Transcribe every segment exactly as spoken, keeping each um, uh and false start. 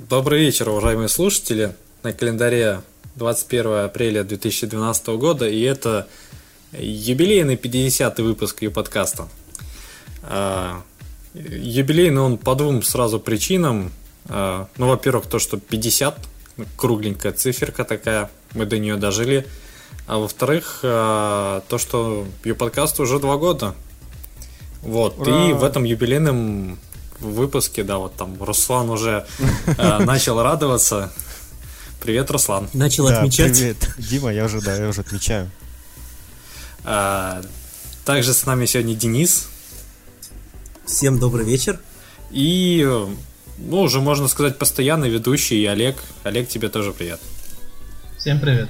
Добрый вечер, уважаемые слушатели. На календаре двадцать первое апреля две тысячи двенадцатого года, и это юбилейный пятидесятый выпуск Ю-подкаста. Юбилейный он по двум сразу причинам. Ну, во-первых, то, что пятьдесят, кругленькая циферка такая, мы до нее дожили. А во-вторых, то, что Ю-подкасту уже два года. Вот, Ура! И в этом юбилейном выпуске, да, вот там Руслан уже э, начал радоваться. Привет, Руслан. Начал да, отмечать. Привет, Дима, я уже, да, я уже отмечаю. А, также с нами сегодня Денис. Всем добрый вечер. И, ну, уже можно сказать, постоянный ведущий Олег. Олег, тебе тоже привет. Всем привет.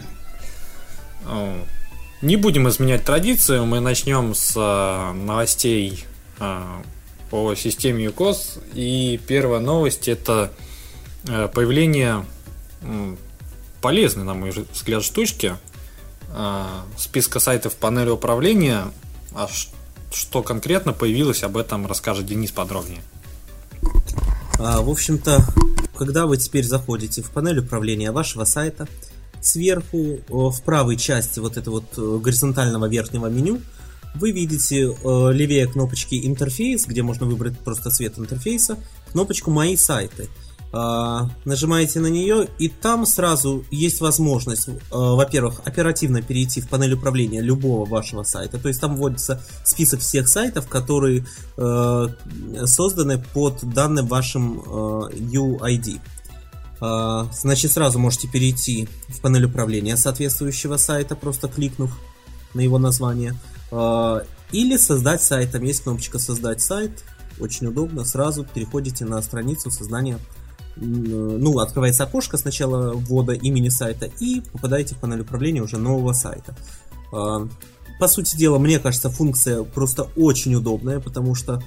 Не будем изменять традицию, мы начнем с э, новостей э, по системе ЮКОС. И первая новость — это э, появление э, полезной, на мой взгляд, штучки, э, списка сайтов панели управления. А ш- что конкретно появилось, об этом расскажет Денис подробнее. А, в общем-то, когда вы теперь заходите в панель управления вашего сайта, сверху в правой части вот этого вот горизонтального верхнего меню вы видите э, левее кнопочки «Интерфейс», где можно выбрать просто цвет интерфейса, кнопочку «Мои сайты». Э, нажимаете на нее, и там сразу есть возможность, э, во-первых, оперативно перейти в панель управления любого вашего сайта. То есть там вводится список всех сайтов, которые э, созданы под данным вашим э, ю ай ди. Значит, сразу можете перейти в панель управления соответствующего сайта, просто кликнув на его название. Или создать сайт. Там есть кнопочка «Создать сайт». Очень удобно. Сразу переходите на страницу создания. Ну, открывается окошко сначала ввода имени сайта, и попадаете в панель управления уже нового сайта. По сути дела, мне кажется, функция просто очень удобная, потому что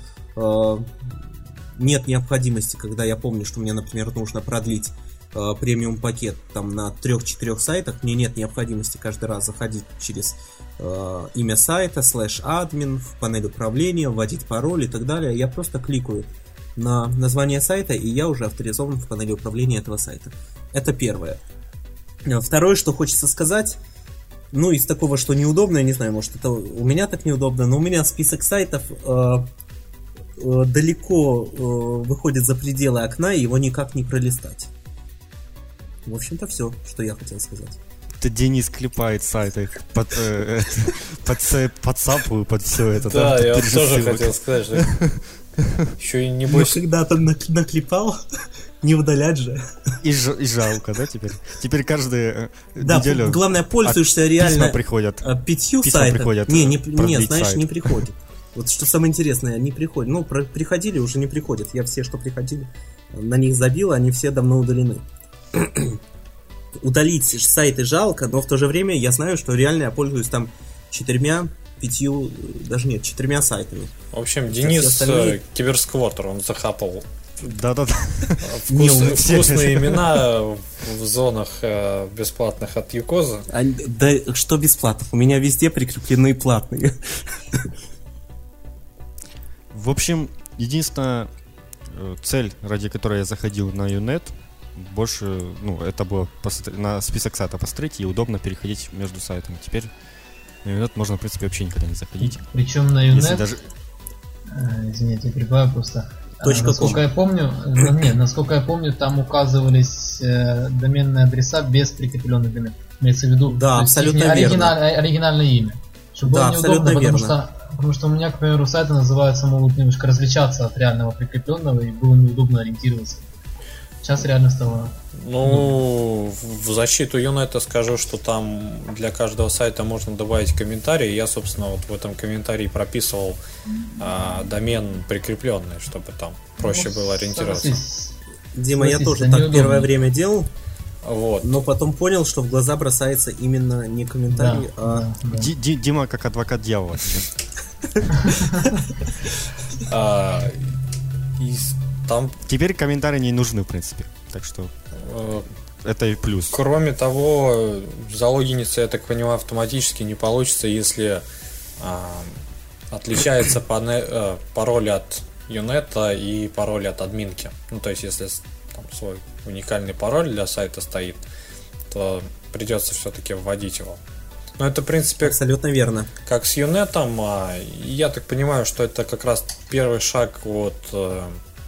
нет необходимости, когда я помню, что мне, например, нужно продлить э, премиум пакет там на трех-четырех сайтах, мне нет необходимости каждый раз заходить через э, имя сайта, слэш админ, в панель управления, вводить пароль и так далее. Я просто кликаю на название сайта, и я уже авторизован в панели управления этого сайта. Это первое. Второе, что хочется сказать, ну, из такого, что неудобно, я не знаю, может, это у меня так неудобно, но у меня список сайтов э, далеко э, выходит за пределы окна, и его никак не пролистать. В общем-то, все, что я хотел сказать. Это Денис клепает сайты под, э, под, под сапу, под все это. Да, я тоже хотел сказать, что еще и не больше. Когда-то наклепал, не удалять же. И, ж, и жалко, да, теперь? Теперь каждую да, неделю... Да, главное, пользуешься реально письма приходят. пятью письма сайтами. Приходят не, не, не знаешь, сайт. не приходит. Вот что самое интересное, они приходят. Ну, про- приходили, уже не приходят. Я все, что приходили, на них забил, они все давно удалены. Удалить сайты жалко, но в то же время я знаю, что реально я пользуюсь там четырьмя, пятью, даже нет, четырьмя сайтами. В общем, Денис остальные... киберсквотер, он захапал Да-да-да. Вкус, вкусные имена в зонах э, бесплатных от ЮКОЗа. А, да что бесплатных? У меня везде прикреплены платные. В общем, единственная цель, ради которой я заходил на Юнет, больше, ну, это было посмотри, на список сайта посмотреть и удобно переходить между сайтами. Теперь на Юнет можно, в принципе, вообще никогда не заходить. Причем на Юнет, даже... а, извините, я прибавлю просто. Точка а, насколько ком. я помню, нет, насколько я помню, там указывались э, доменные адреса без прикрепленных доменов. Имеется в виду, да, абсолютно верно. Оригиналь, оригинальное имя. Чтобы да, было неудобно, потому верно. что Потому что у меня, к примеру, сайты называются, могут немножко различаться от реального прикрепленного, и было неудобно ориентироваться. Сейчас реально стало... Ну, в защиту Юнета скажу, что там для каждого сайта можно добавить комментарий. Я, собственно, вот в этом комментарии прописывал а, домен прикрепленный, чтобы там проще ну, было ориентироваться. Согласись. Дима, Согласись, я тоже так неудобно. Первое время делал. Вот. Но потом понял, что в глаза бросается именно не комментарий, да, а... Да, да. Ди- Дима как адвокат дьявола. Там... Теперь комментарии не нужны, в принципе. Так что это и плюс. Кроме того, залогиниться, я так понимаю, автоматически не получится, если отличается пароль от Юнета и пароль от админки. Ну, то есть, если там свой уникальный пароль для сайта стоит, то придется все-таки вводить его. Но это, в принципе, абсолютно верно. Как с Юнетом, а я так понимаю, что это как раз первый шаг от э,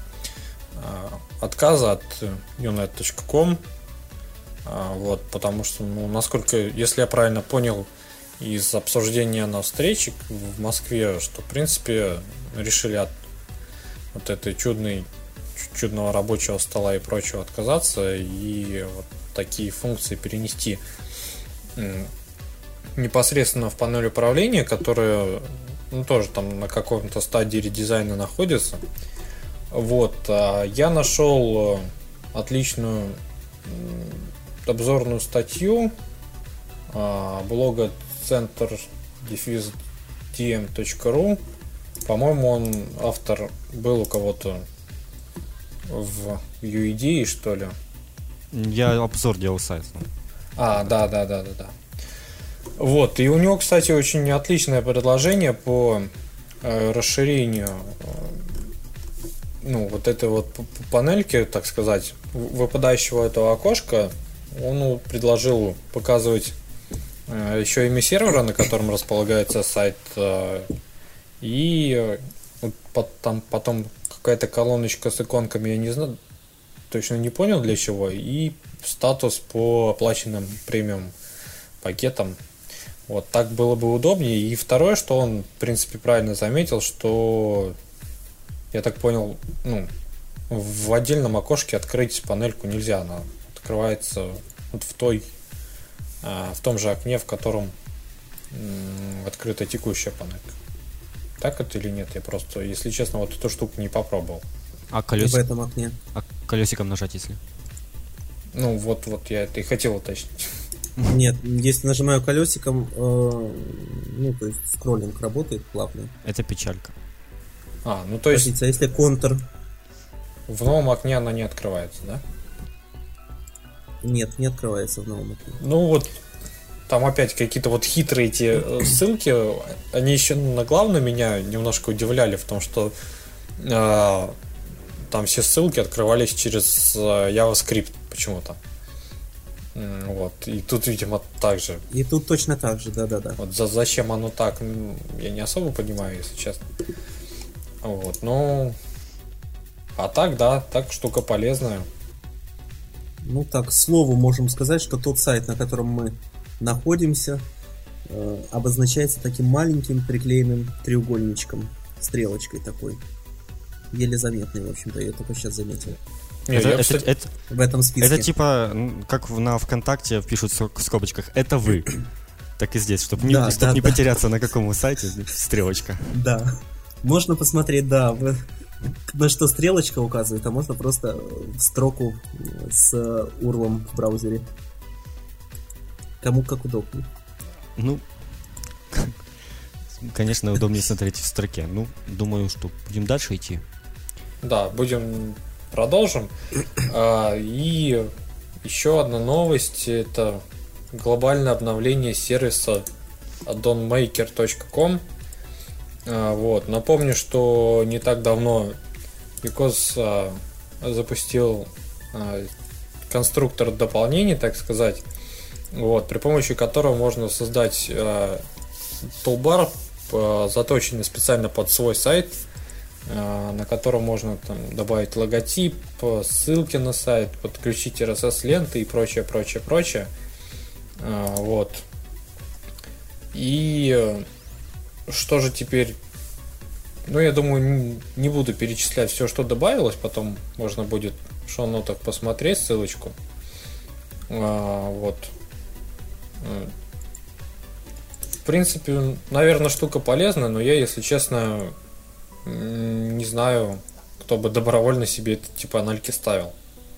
отказа от юнет точка ком. А, вот, потому что, ну, насколько, если я правильно понял из обсуждения на встрече в Москве, что, в принципе, решили от вот этой чудной, чудного рабочего стола и прочего отказаться и вот такие функции перенести непосредственно в панель управления, которая, ну, тоже там на каком-то стадии редизайна находится. Вот, я нашел отличную обзорную статью блога центр дефис ди эм точка ру. По-моему, он автор был у кого-то в ю и ди, что ли. Я обзор делал сайт. А, да, да, да, да, да. Вот, и у него, кстати, очень отличное предложение по э, расширению э, ну, вот этой вот панельки, так сказать, выпадающего этого окошка. Он предложил показывать э, еще имя сервера, на котором располагается сайт, э, и э, вот там потом какая-то колоночка с иконками, я не знаю, точно не понял для чего, и статус по оплаченным премиум пакетам. Вот так было бы удобнее. И второе, что он, в принципе, правильно заметил, что, я так понял, ну, в отдельном окошке открыть панельку нельзя. Она открывается вот в той, в том же окне, в котором открыта текущая панелька. Так это или нет? Я просто, если честно, вот эту штуку не попробовал. А колесик... В этом окне. А колесиком нажать, если? Ну, вот, вот я это и хотел уточнить. Нет, если нажимаю колесиком, э, ну, то есть скроллинг работает плавно. Это печалька. А, ну то есть... Подождите, а если контур? В новом окне она не открывается, да? Нет, не открывается в новом окне. Ну вот, там опять какие-то вот хитрые эти ссылки, они еще на главном меня немножко удивляли в том, что э, там все ссылки открывались через JavaScript почему-то. Вот, и тут, видимо, так же. И тут точно так же, да-да-да. Вот за, зачем оно так, я не особо понимаю, если честно. Вот, ну... А так, да, так штука полезная. Ну так, к слову, можем сказать, что тот сайт, на котором мы находимся, э, обозначается таким маленьким приклеенным треугольничком, стрелочкой такой. Еле заметный, в общем-то, я только сейчас заметил. Не, это, я, это, кстати... это, в этом списке. Это типа, как на ВКонтакте пишут в скобочках, это вы. Так и здесь, чтобы не, да, чтоб да, не да. потеряться на каком сайте, стрелочка. Да. Можно посмотреть, да, на что стрелочка указывает, а можно просто строку с урлом в браузере. Кому как удобнее. Ну, конечно, удобнее смотреть в строке. Ну, думаю, что будем дальше идти. Да, будем продолжим. А, и еще одна новость, это глобальное обновление сервиса addonmaker точка ком. А, вот. Напомню, что не так давно Викос а, запустил а, конструктор дополнений, так сказать, вот, при помощи которого можно создать а, тулбар, а, заточенный специально под свой сайт, на котором можно там добавить логотип, ссылки на сайт, подключить эр эс эс-ленты и прочее, прочее, прочее. Вот. И что же теперь? Ну, я думаю, не буду перечислять все, что добавилось, потом можно будет в шоу-нотах посмотреть ссылочку. Вот. В принципе, наверное, штука полезная, но я, если честно, не знаю, кто бы добровольно себе это типа анальки ставил.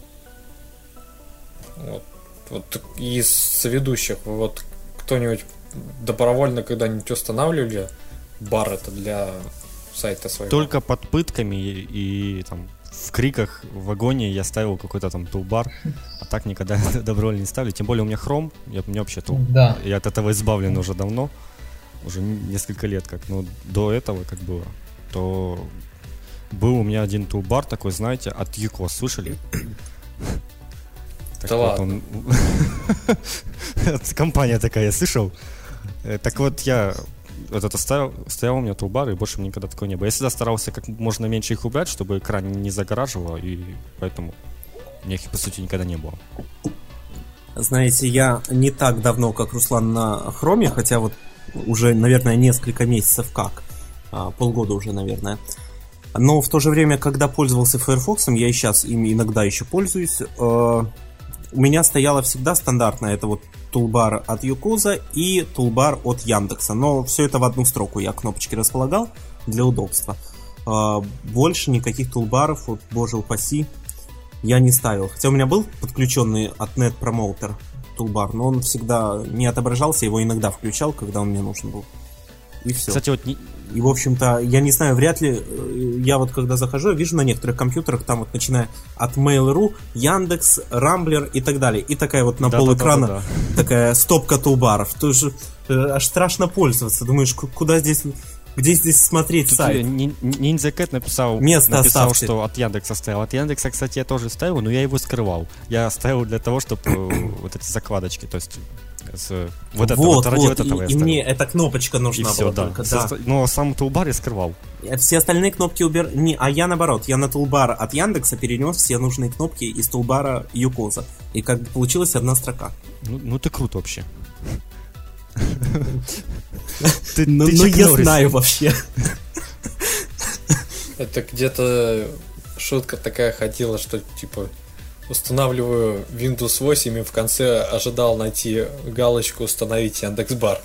Вот. Вот из соведущих, вот кто-нибудь добровольно когда-нибудь устанавливали бар это для сайта своего? Только под пытками и, и там в криках в вагоне я ставил какой-то там тулбар, а так никогда добровольно не ставлю. Тем более у меня Chrome, я, у меня вообще тул. Да. Я от этого избавлен уже давно, уже несколько лет как, но до этого как было, то был у меня один тулбар такой, знаете, от Юкос, слышали? Так да вот ладно. Он... Компания такая, я слышал. Так вот, я вот это ставил, стоял у меня тулбар, и больше никогда такого не было. Я всегда старался как можно меньше их убрать, чтобы экран не загораживал, и поэтому у меня их, по сути, никогда не было. Знаете, я не так давно, как Руслан, на хроме, хотя вот уже, наверное, несколько месяцев как, полгода уже, наверное. Но в то же время, когда пользовался Firefox, я и сейчас им иногда еще пользуюсь, у меня стояло всегда стандартно, это вот тулбар от Юкоза и тулбар от Яндекса. Но все это в одну строку я кнопочки располагал для удобства. Больше никаких тулбаров, вот, боже упаси, я не ставил. Хотя у меня был подключенный от Net Promoter тулбар, но он всегда не отображался, его иногда включал, когда он мне нужен был. И все. Кстати, вот не... И, в общем-то, я не знаю, вряд ли, я вот когда захожу, я вижу на некоторых компьютерах, там вот начиная от Mail.ru, Яндекс, Рамблер и так далее. И такая вот на да, полэкрана да, да, да, да. такая стопка тулбаров. Тоже аж страшно пользоваться. Думаешь, куда здесь, где здесь смотреть тут сайт? Ниндзя Кэт написал, Место написал оставьте. Что от Яндекса ставил. От Яндекса, кстати, я тоже ставил, но я его скрывал. Я ставил для того, чтобы вот эти закладочки, то есть... С, вот это вот, вот, ради вот, вот этого и, и мне эта кнопочка нужна и была все, да. только, да. Но сам тулбар я скрывал. Все остальные кнопки убер... Не, а я наоборот, я на тулбар от Яндекса перенес все нужные кнопки из тулбара Юкоза. И как бы получилась одна строка. Ну, ну ты крут вообще. Ну я знаю вообще. Это где-то шутка такая ходила, что типа... Устанавливаю Windows восемь и в конце ожидал найти галочку «Установить Яндекс.Бар».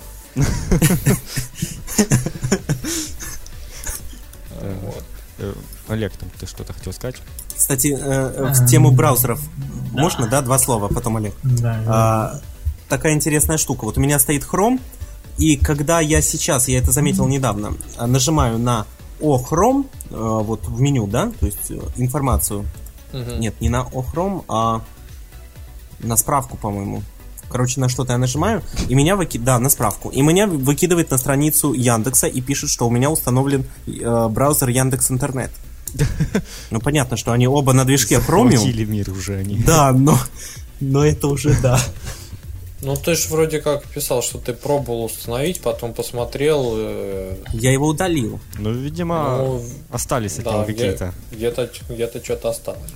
Олег, ты что-то хотел сказать? Кстати, в тему браузеров можно, да, два слова, потом Олег? Да. Такая интересная штука. Вот у меня стоит Chrome, и когда я сейчас, я это заметил недавно, нажимаю на «О Chrome», вот в меню, да, то есть информацию. Uh-huh. Нет, не на О-Chrome, а на справку, по-моему. Короче, на что-то я нажимаю, и меня выкидывает... Да, на справку. И меня выкидывает на страницу Яндекса и пишет, что у меня установлен э, браузер Яндекс.Интернет. Ну, понятно, что они оба на движке Chromium. Захватили мир уже они. Да, но, но это уже да. Ну, ты же вроде как писал, что ты пробовал установить, потом посмотрел... Э... Я его удалил. Ну, видимо, ну, остались от да, него какие-то. Где-то, где-то что-то осталось.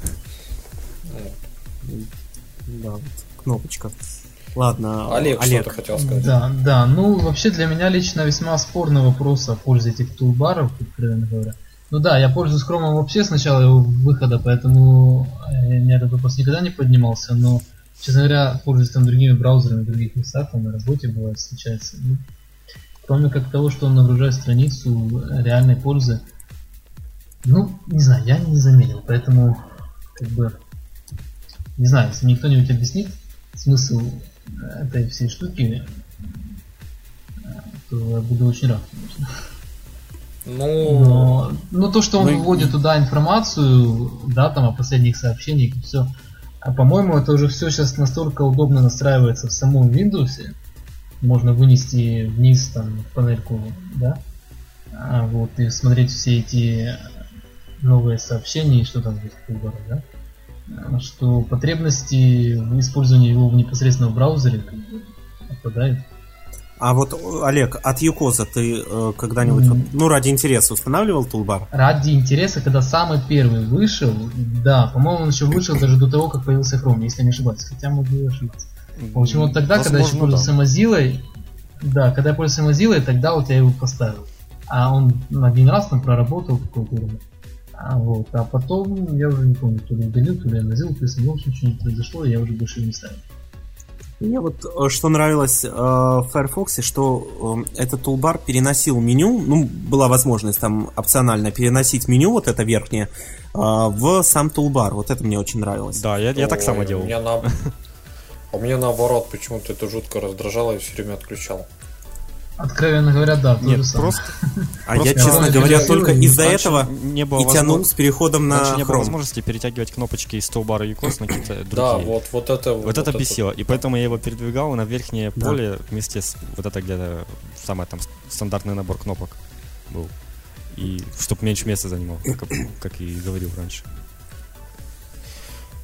Да, вот, кнопочка. Ладно, Олег, Олег. что-то хотел сказать. Да, да, ну, вообще для меня лично весьма спорный вопрос о пользе этих тулбаров, откровенно говоря. Ну да, я пользуюсь Chrome вообще с начала его выхода, поэтому меня этот вопрос никогда не поднимался, но... Честно говоря, пользуюсь там другими браузерами в других местах, там на работе бывает встречается. Ну, кроме как того, что он нагружает страницу реальной пользы, ну, не знаю, я не заметил, поэтому, как бы, не знаю, если мне кто-нибудь объяснит смысл этой всей штуки, то я буду очень рад, конечно. Ну, но, но то, что он мы... вводит туда информацию, да, там о последних сообщениях и все. А по-моему, это уже все сейчас настолько удобно настраивается в самом Windows. Можно вынести вниз там панельку, да, а вот, и смотреть все эти новые сообщения и что там есть в выборе, да. Что потребности в использовании его непосредственно в браузере как бы отпадают. А вот, Олег, от Юкоза ты э, когда-нибудь, mm-hmm. ну, ради интереса устанавливал тулбар? Ради интереса, когда самый первый вышел, да, по-моему, он еще вышел даже до того, как появился Chrome, если не ошибаюсь, хотя могу ошибаться. В общем, вот тогда, возможно, когда я еще пользовался да. Mozilla, да, когда я пользовался Mozilla, тогда вот я его поставил. А он один раз там проработал какое-то время. А, вот, а потом, я уже не помню, то ли удалил, то ли я Mozilla писал, в общем, что не произошло, я уже больше не ставил. Мне вот что нравилось э, в Firefox, что э, этот тулбар переносил меню, ну, была возможность там опционально переносить меню, вот это верхнее, э, в сам тулбар. Вот это мне очень нравилось. Да, я, я так само делал. У меня, на... у меня наоборот, почему-то это жутко раздражало и все время отключал. Откровенно говоря, да. Нет, просто... А я, честно говоря, только из-за этого не было и тянул с переходом на Раньше не было Chrome. возможности перетягивать кнопочки из тулбара Юкос на какие-то другие. Да, вот, вот это... Вот, вот это бесило. И поэтому я его передвигал на верхнее да. поле вместе с... Вот это где-то самый там стандартный набор кнопок был. И чтобы меньше места занимал, как, как и говорил раньше.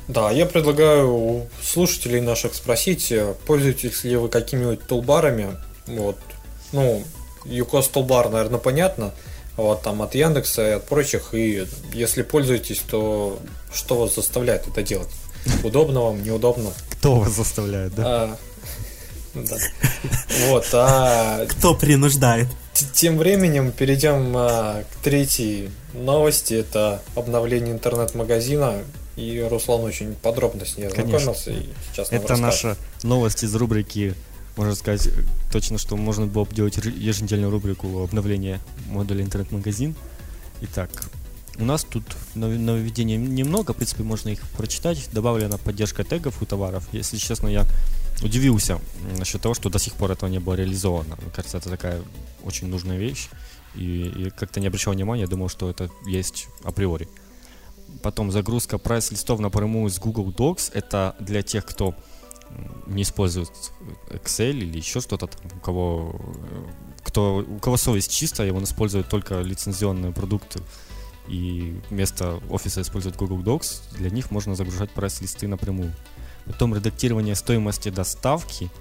Да, я предлагаю у слушателей наших спросить, пользуетесь ли вы какими-нибудь тулбарами. Вот. Ну, юкос тулбар, наверное, понятно. Вот там от Яндекса и от прочих. И если пользуетесь, то что вас заставляет это делать? Удобно вам, неудобно? Кто вас заставляет, да? А, да. Вот, а... Кто принуждает? Тем временем перейдем а, к третьей новости. Это обновление интернет-магазина. И Руслан очень подробно с ней ознакомился. И сейчас нам Это расскажет. наша новость из рубрики, можно сказать, точно, что можно было бы делать еженедельную рубрику обновления модуля интернет-магазин. Итак, у нас тут нововведений немного, в принципе, можно их прочитать. Добавлена поддержка тегов у товаров. Если честно, я удивился насчет того, что до сих пор этого не было реализовано. Мне кажется, это такая очень нужная вещь. И, и как-то не обращал внимания, думал, что это есть априори. Потом загрузка прайс-листов напрямую с Google Docs. Это для тех, кто не использует Excel или еще что-то там, у кого, кто, у кого совесть чистая, он использует только лицензионные продукты и вместо офиса использует Google Docs, для них можно загружать прайс-листы напрямую. Потом редактирование стоимости доставки.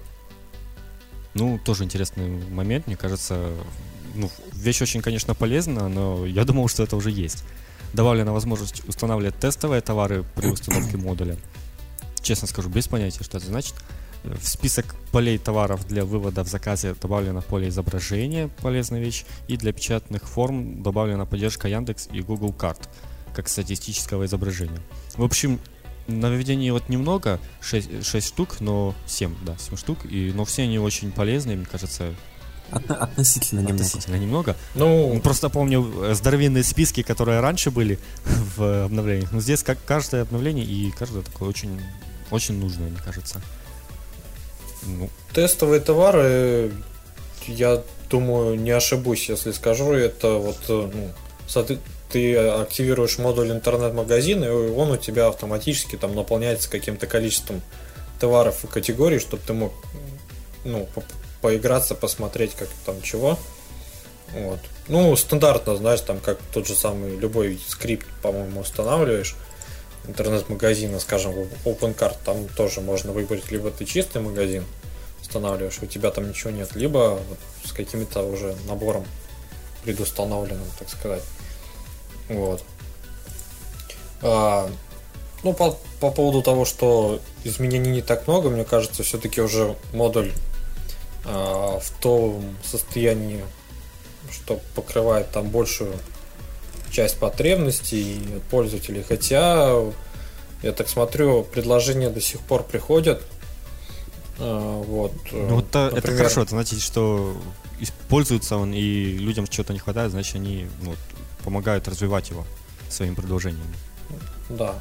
Ну, тоже интересный момент, мне кажется. Ну, вещь очень, конечно, полезна, но я думал, что это уже есть. Добавлена возможность устанавливать тестовые товары при установке модуля. Честно скажу, без понятия, что это значит. В список полей товаров для вывода в заказе добавлено поле изображения, полезная вещь. И для печатных форм добавлена поддержка Яндекс и Google карт, как статистического изображения. В общем, нововведений вот немного, шесть, шесть штук, но семь, да, семь штук. И, но все они очень полезные, мне кажется. Отно- относительно немного. Относительно немного. Ну, Ну, просто помню здоровенные списки, которые раньше были в обновлениях. Но здесь как каждое обновление и каждое такое очень, очень нужное, мне кажется. Ну, тестовые товары, я думаю, не ошибусь, если скажу, это вот, ну, соответ- ты активируешь модуль интернет-магазина, и он у тебя автоматически там наполняется каким-то количеством товаров и категорий, чтобы ты мог, ну, по- поиграться, посмотреть, как там чего. Вот. Ну, стандартно, знаешь, там как тот же самый любой скрипт, по-моему, устанавливаешь интернет-магазина, скажем, OpenCart, там тоже можно выбрать, либо ты чистый магазин устанавливаешь, у тебя там ничего нет, либо вот с каким-то уже набором предустановленным, так сказать. Вот. А, ну, по, по поводу того, что изменений не так много, мне кажется, все-таки уже модуль а, в том состоянии, что покрывает там большую часть потребностей пользователей. Хотя, я так смотрю, предложения до сих пор приходят. А, вот, ну, вот это, например, это хорошо, это значит, что используется он и людям чего-то не хватает, значит, они ну, помогают развивать его своими предложениями. Да.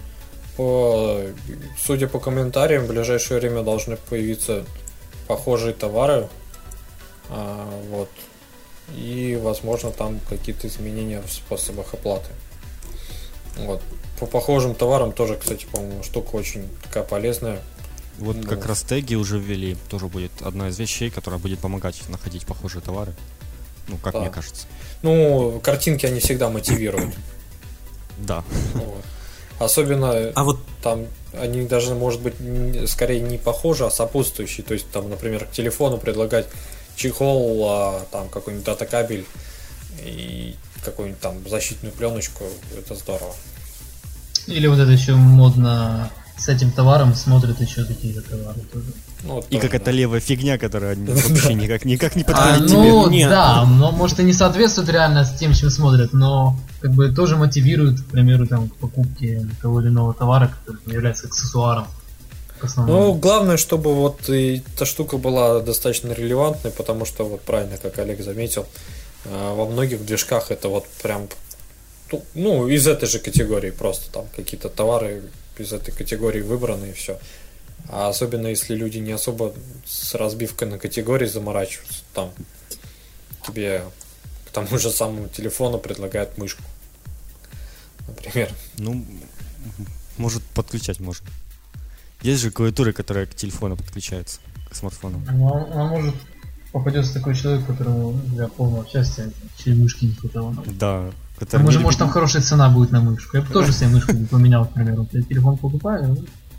По, судя по комментариям, в ближайшее время должны появиться похожие товары. А, вот. И, возможно, там какие-то изменения в способах оплаты. Вот. По похожим товарам тоже, кстати, по-моему, штука очень такая полезная. Вот Ну. как раз теги уже ввели, тоже будет одна из вещей, которая будет помогать находить похожие товары. Ну, как Да. мне кажется. Ну, картинки они всегда мотивируют. Да. Вот. Особенно А вот там они даже, может быть, не- скорее не похожи, а сопутствующие. То есть, там, например, к телефону предлагать чехол, а, там какой-нибудь дата-кабель и какую-нибудь там защитную пленочку. Это здорово. Или вот это еще модно с этим товаром смотрят еще какие-то товары тоже. Ну, вот И тоже, какая-то да. левая фигня, которая вообще никак, никак не А, подходит ну тебе. Нет. да, но может и не соответствует реально с тем, чем смотрят, но как бы тоже мотивирует, к примеру, там, к покупке того или иного товара, который там является аксессуаром к Ну, основному. главное, чтобы вот и эта штука была достаточно релевантной, потому что, вот правильно, как Олег заметил, э, во многих движках это вот прям, ну, ну, из этой же категории просто, там какие-то товары из этой категории выбраны и все. А особенно если люди не особо с разбивкой на категории заморачиваются, там тебе к тому же самому телефону предлагают мышку, например. Ну, может подключать можно. Есть же клавиатуры, которые к телефону подключаются, к смартфону. Ну, а может попадется такой человек, которому для полного счастья через мышки не хватало. Да, А может, может там хорошая цена будет на мышку. Я бы тоже себе мышку бы поменял, к примеру. Я телефон покупаю.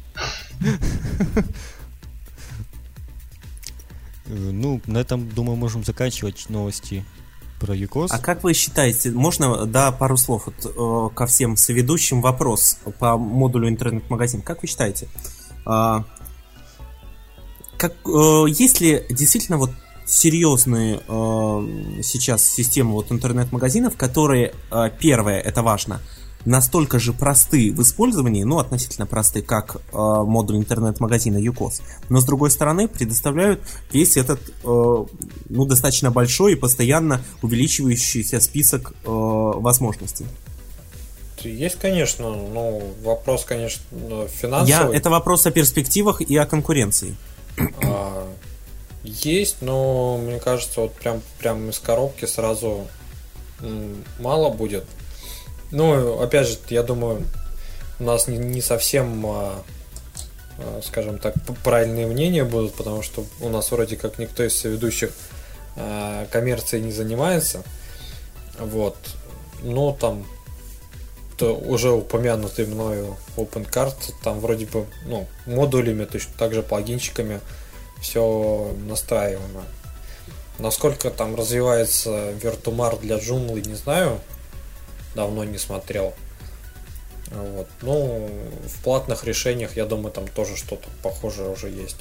Ну, на этом, думаю, можем заканчивать новости про юкос. А как вы считаете, можно, да, пару слов вот, э, ко всем соведущим вопрос по модулю интернет-магазин. Как вы считаете, э, как, э, есть ли действительно вот серьезные э, сейчас системы вот интернет-магазинов, которые, э, первое, это важно, настолько же просты в использовании, ну, относительно просты, как э, модуль интернет-магазина юкос, но, с другой стороны, предоставляют весь этот, э, ну, достаточно большой и постоянно увеличивающийся список э, возможностей. Есть, конечно, ну, вопрос, конечно, финансовый. Я, это вопрос о перспективах и о конкуренции. А, есть, но, мне кажется, вот прям, прям из коробки сразу м, мало будет. Ну, опять же, я думаю, у нас не, не совсем, а, а, скажем так, правильные мнения будут, потому что у нас вроде как никто из соведущих а, коммерцией не занимается. Вот. Но там то уже упомянутый мною OpenCart, там вроде бы, ну, модулями, точно так же плагинчиками все настраиваемо. Насколько там развивается Vertumar для Joomla, не знаю. Давно не смотрел. Вот. Ну, в платных решениях, я думаю, там тоже что-то похожее уже есть.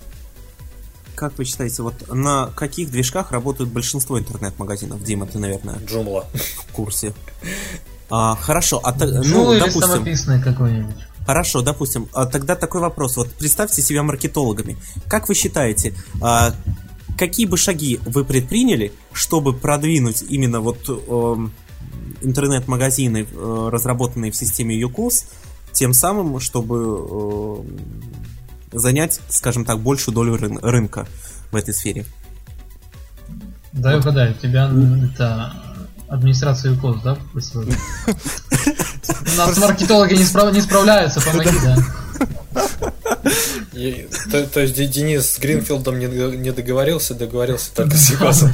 Как вы считаете, вот на каких движках работают большинство интернет-магазинов? Дима, ты, наверное, Joomla в курсе. А, хорошо, а та, Joomla ну, или допустим, самописный какой-нибудь. Хорошо, допустим. А тогда такой вопрос. Вот представьте себя маркетологами. Как вы считаете, а, какие бы шаги вы предприняли, чтобы продвинуть именно вот э, интернет-магазины, э, разработанные в системе юкос, тем самым, чтобы э, занять, скажем так, большую долю рын- рынка в этой сфере? Дай угадаю, тебя это администрация юкос, да, попросила? У нас маркетологи не, справ... не справляются, помоги, да. И, то, то есть Денис с Гринфилдом не, не договорился, договорился только с юкосом.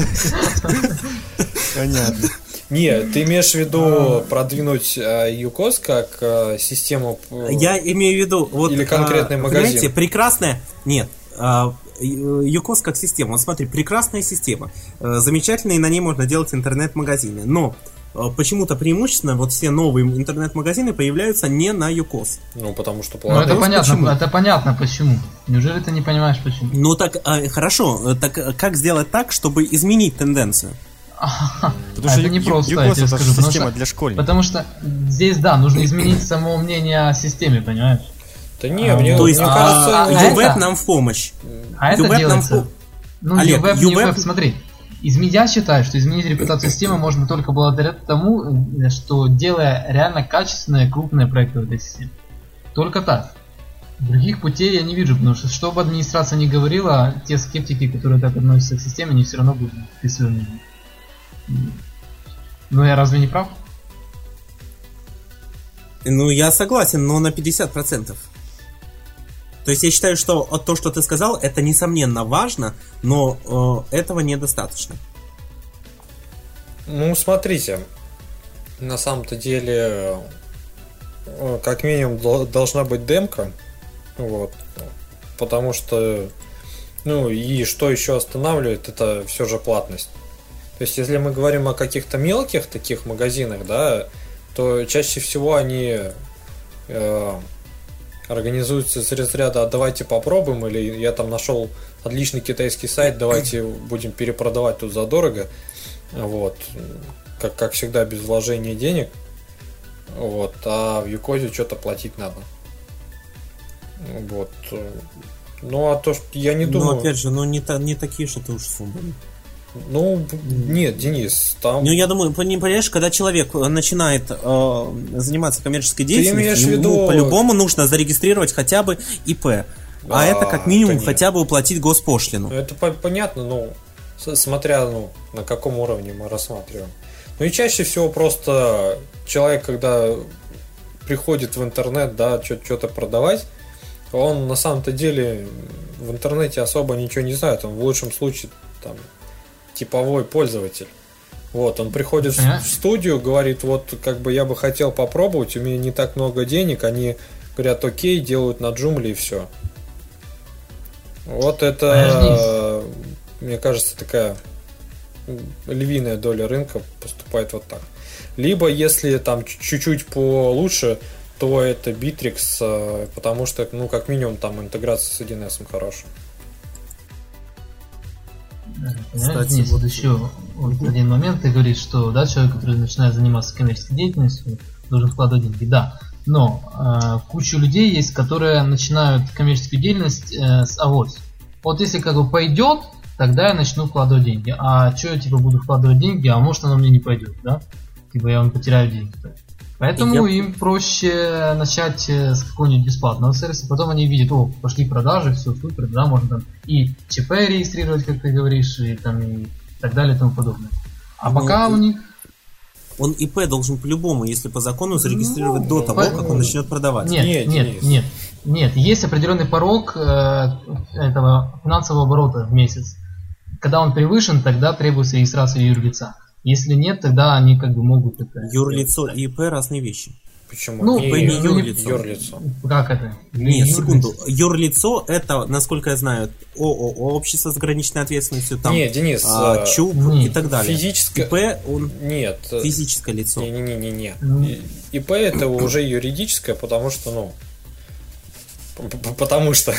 Понятно. Не, ты имеешь в виду продвинуть юкос как а, систему? Я имею в виду вот, или конкретный а, магазин? Понимаете, прекрасная. Нет. А, юкос как система. Вот смотри, прекрасная система. Замечательно, и на ней можно делать интернет-магазины. Но почему-то преимущественно вот все новые интернет-магазины появляются не на юкос. Ну, потому что Ну, это понятно, почему? это понятно почему. Неужели ты не понимаешь почему? Ну так, а, хорошо, так как сделать так, чтобы изменить тенденцию? А, Потому что это не просто, я юкос тебе это скажу. потому система что- для школьников. Потому что здесь, да, нужно изменить само мнение о системе, понимаешь? Да не, А, мне, То есть мне а, кажется, а, ну, а ювеб это- нам в помощь. А это Ювеб нам делается... в- Ну, Олег, ювеб, не ювеб- ювеб, смотри. Изме- Я считаю, что изменить репутацию системы можно только благодаря тому, э, что делая реально качественные, крупные проекты в этой системе. Только так. Других путей я не вижу, потому что, что бы администрация ни говорила, те скептики, которые так относятся к системе, они все равно будут присвоены. Ну, я разве не прав? Ну, я согласен, но на пятьдесят процентов. То есть я считаю, что то, что ты сказал, это несомненно важно, но э, этого недостаточно. ну, смотрите, на самом-то деле, э, как минимум дол- должна быть демка, вот, потому что, ну, и что еще останавливает, это все же платность. То есть, если мы говорим о каких-то мелких таких магазинах, да, то чаще всего они э, организуются из разряда «а давайте попробуем», или «я там нашел отличный китайский сайт, давайте будем перепродавать тут задорого». Вот. Как, как всегда, без вложения денег. Вот. А в юкозе что-то платить надо. Вот. Ну, а то, что я не думаю... Но опять же, ну не, та, не такие что-то уж суммы. Ну, нет, Денис, там... Ну, я думаю, пони- понимаешь, когда человек начинает э, заниматься коммерческой имеешь деятельностью, в ему виду- по-любому нужно зарегистрировать хотя бы ИП. А, А, это как минимум да нет. хотя бы уплатить госпошлину. Ну, это по- понятно, ну, с- смотря, ну, на каком уровне мы рассматриваем. Ну и чаще всего просто человек, когда приходит в интернет, да, что-то продавать, он на самом-то деле в интернете особо ничего не знает. Он в лучшем случае там типовой пользователь. Вот, он приходит в студию, говорит, вот как бы я бы хотел попробовать, у меня не так много денег, они говорят, окей, делают на Joomla и все. Вот это, мне кажется, такая львиная доля рынка поступает вот так. Либо, если там чуть-чуть получше, то это Bittrex, потому что, ну, как минимум, там интеграция с один эс хорошая. Кстати, Денис, вот еще вот один момент, ты говоришь, что да, человек, который начинает заниматься коммерческой деятельностью, должен вкладывать деньги, да. Но э, куча людей есть, которые начинают коммерческую деятельность э, с авось. Вот если как бы пойдет, тогда я начну вкладывать деньги. А что я типа буду вкладывать деньги, а может оно мне не пойдет, да? Типа я вам потеряю деньги. Поэтому я... им проще начать с какого-нибудь бесплатного сервиса, потом они видят, о, пошли продажи, все супер, да, можно там и ЧП регистрировать, как ты говоришь, и там и так далее и тому подобное. А ну, пока у них... Он ИП должен по-любому, если по закону, зарегистрировать ну, до того, по... как он начнет продавать. Нет, нет, нет, нет, нет, есть определенный порог э, этого финансового оборота в месяц. Когда он превышен, тогда требуется регистрация юрлица. Если нет, тогда они как бы могут это... Юрлицо и ИП разные вещи. Почему? Ну, ИП не юрлицо. юрлицо. Как это? Нет, секунду. Юрлицо это, насколько я знаю, ООО, общество с ограниченной ответственностью, там, нет, Денис, а, ЧУП нет. И так далее. Физическое... ИП, он нет. Физическое лицо. Не-не-не-не. Mm. ИП это уже юридическое, потому что, ну... Потому что...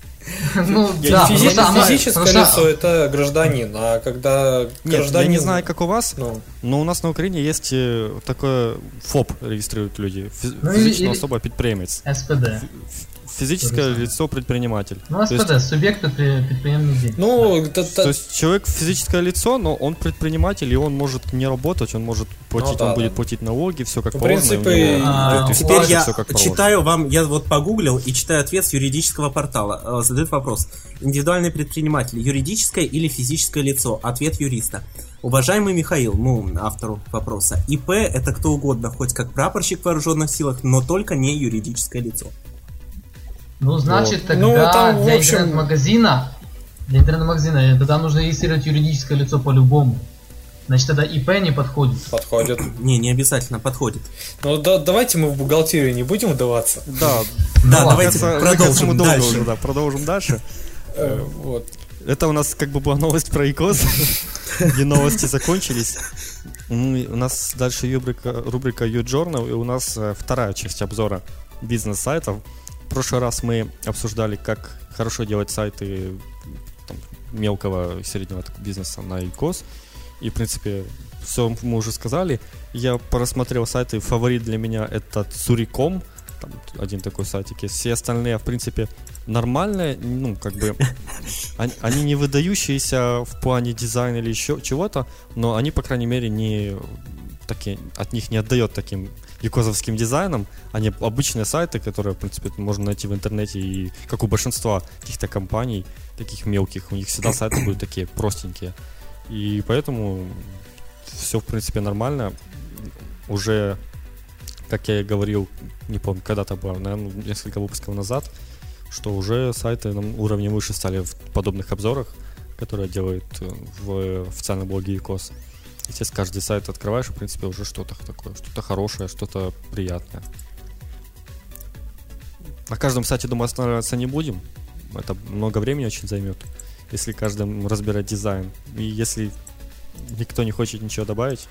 Ну, да, физи- да, физическое да, лицо да. Это гражданин, а когда гражданин... Нет, я не знаю, как у вас, ну. но у нас на Украине есть такое ФОП регистрируют люди, ну, физичная особа предприниматель. СПД. Физическое лицо предприниматель. Ну, СПД, есть, субъект предпринимательной деятельности. Ну, то, то есть человек физическое лицо, но он предприниматель, и он может не работать, он может платить, ну, да, он да. будет платить налоги, все как ну, положено. В принципе, а, теперь я читаю вам, я вот погуглил и читаю ответ с юридического портала. Задают вопрос. Индивидуальный предприниматель, юридическое или физическое лицо? Ответ юриста. Уважаемый Михаил, ну, автору вопроса, ИП это кто угодно, хоть как прапорщик в вооруженных силах, но только не юридическое лицо. Ну, значит, вот. тогда ну, там, для общем... интернет-магазина, для интернет-магазина тогда нужно регистрировать юридическое лицо по-любому. Значит, тогда ИП не подходит. Подходит. Не, не обязательно подходит. Ну, да, давайте мы в бухгалтерию не будем вдаваться. Да, да, давайте продолжим дальше. Да, продолжим дальше. Вот. Это у нас как бы была новость про ИКОС, где новости закончились. У нас дальше рубрика YouJournal, и у нас вторая часть обзора бизнес-сайтов. В прошлый раз мы обсуждали, как хорошо делать сайты там, мелкого и среднего бизнеса на ИКОС. И, в принципе, все мы уже сказали. Я просмотрел сайты. Фаворит для меня это Цуриком. Там один такой сайтик есть. Все остальные, в принципе, нормальные. Ну, как бы, они, они не выдающиеся в плане дизайна или еще чего-то, но они, по крайней мере, не такие, от них не отдает таким юкозовским дизайном. Они обычные сайты, которые, в принципе, можно найти в интернете, и как у большинства каких-то компаний, таких мелких, у них всегда сайты будут такие простенькие. И поэтому все, в принципе, нормально. Уже, как я и говорил, не помню, когда-то было, наверное, несколько выпусков назад, что уже сайты на уровне выше стали в подобных обзорах, которые делают в официальном блоге ИКОС. И здесь каждый сайт открываешь, в принципе, уже что-то такое, что-то хорошее, что-то приятное. На каждом сайте, думаю, останавливаться не будем. Это много времени очень займет, если каждый разбирать дизайн. И если никто не хочет ничего добавить.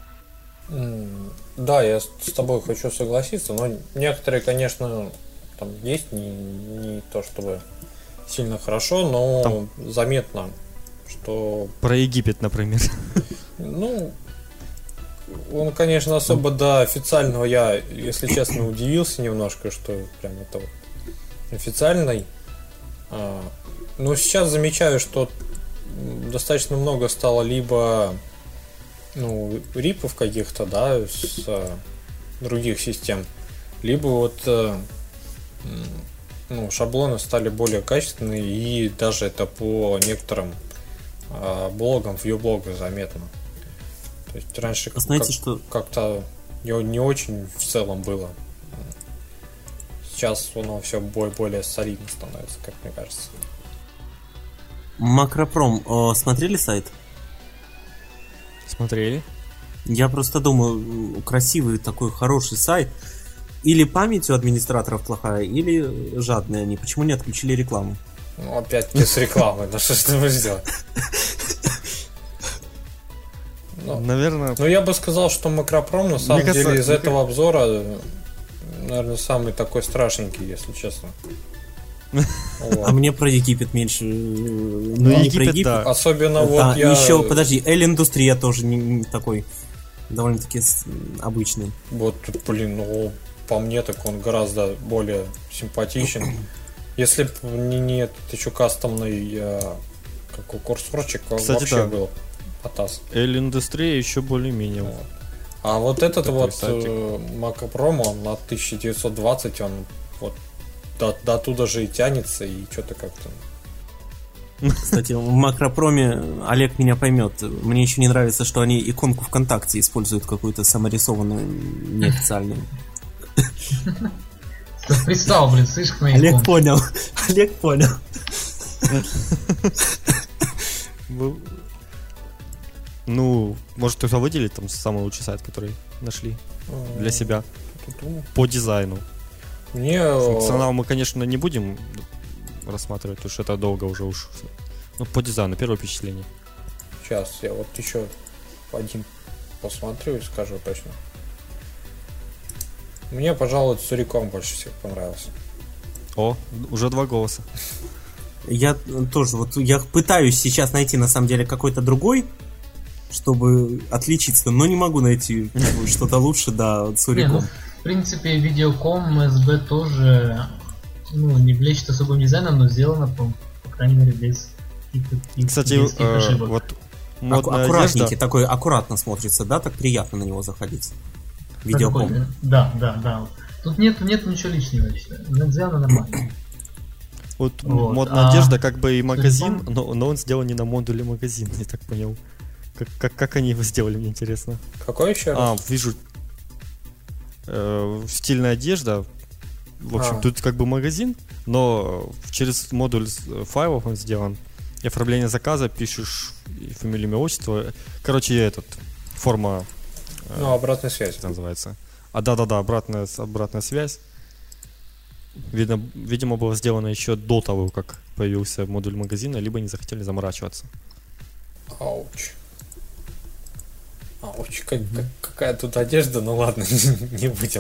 Да, я с тобой хочу согласиться, но некоторые, конечно, там есть не, не то чтобы сильно хорошо, но там заметно, что... Про Египет, например. Ну, он, конечно, особо до официального я, если честно, удивился немножко, что прям это вот официальный. Но сейчас замечаю, что достаточно много стало либо ну, рипов каких-то, да, с а, других систем, либо вот а, ну, шаблоны стали более качественные, и даже это по некоторым а, блогам, вьюблогам заметно. То есть раньше а знаете, как, что... как-то не, не очень в целом было. Сейчас оно все более, более солидно становится, как мне кажется. Макропром, о, смотрели сайт? Смотрели? Я просто думаю, красивый такой хороший сайт. Или память у администраторов плохая, или жадные они. Почему не отключили рекламу? Ну, опять-таки с рекламой. Ну, что ж ты будешь делать? Ну, Наверное... Ну, я бы сказал, что Макропром, на самом Мне деле, кажется, из мне этого обзора, наверное, самый такой страшненький, если честно. А мне про Египет меньше. Ну, не Египет, про Египет. да. Особенно Да, вот я... еще, подожди, Эль-индустрия тоже не, не такой, довольно-таки с- обычный. Вот, блин, ну, по мне, так он гораздо более симпатичен. Если бы не, не этот еще кастомный, а, как у курсорчик, Кстати, вообще да. был атас. Эль-индустрия еще более-менее. Вот. А вот этот Такой вот сайтик. э, Макропром, он на тысяча девятьсот двадцать, он вот до, до туда же и тянется, и что-то как-то... Кстати, в Макропроме Олег меня поймет. Мне еще не нравится, что они иконку ВКонтакте используют какую-то саморисованную, неофициальную. Пристал, блин, слышишь, к моей Олег иконке. понял. Олег понял. Был- Ну, может, кто-то выделит там самый лучший сайт, который нашли для себя по дизайну. Мне... Функционал мы, конечно, не будем рассматривать, потому что это долго уже уж. Ну, по дизайну, первое впечатление. Сейчас, я вот еще один посмотрю и скажу точно. Мне, пожалуй, Цуриком больше всех понравился. О, уже два голоса. Я тоже, вот я пытаюсь сейчас найти на самом деле какой-то другой, чтобы отличиться, но не могу найти что-то лучше, да, Не, Цуриком. ну, в принципе, Видеоком, эс би тоже, ну, не блещет особым дизайном, но сделано, по, по крайней мере, без каких-то каких- Кстати, детских э, ошибок. вот Аку- модная аккуратненький, одежда. такой аккуратно смотрится, да, так приятно на него заходить. Да, Видеоком. какой-то- Да, да, да. Тут нет, нет ничего личного, я считаю. Но сделано нормально. Вот, Вот, модная а одежда как бы и магазин, Цуриком? но, но он сделан не на модуле магазина, я так понял. Как, как, как они его сделали, мне интересно. Какой еще раз? А, вижу. Э, стильная одежда. В общем, А. тут как бы магазин, но через модуль с- файлов он сделан. И оформление заказа пишешь и фамилию, имя, отчество. Короче, этот форма, э, Ну, обратная связь. как это называется. А да-да-да, обратная, с- обратная связь. Видно, видимо, было сделано еще до того, как появился модуль магазина, либо не захотели заморачиваться. Ауч. Ауч, как, как- какая тут одежда, ну ладно, не будем.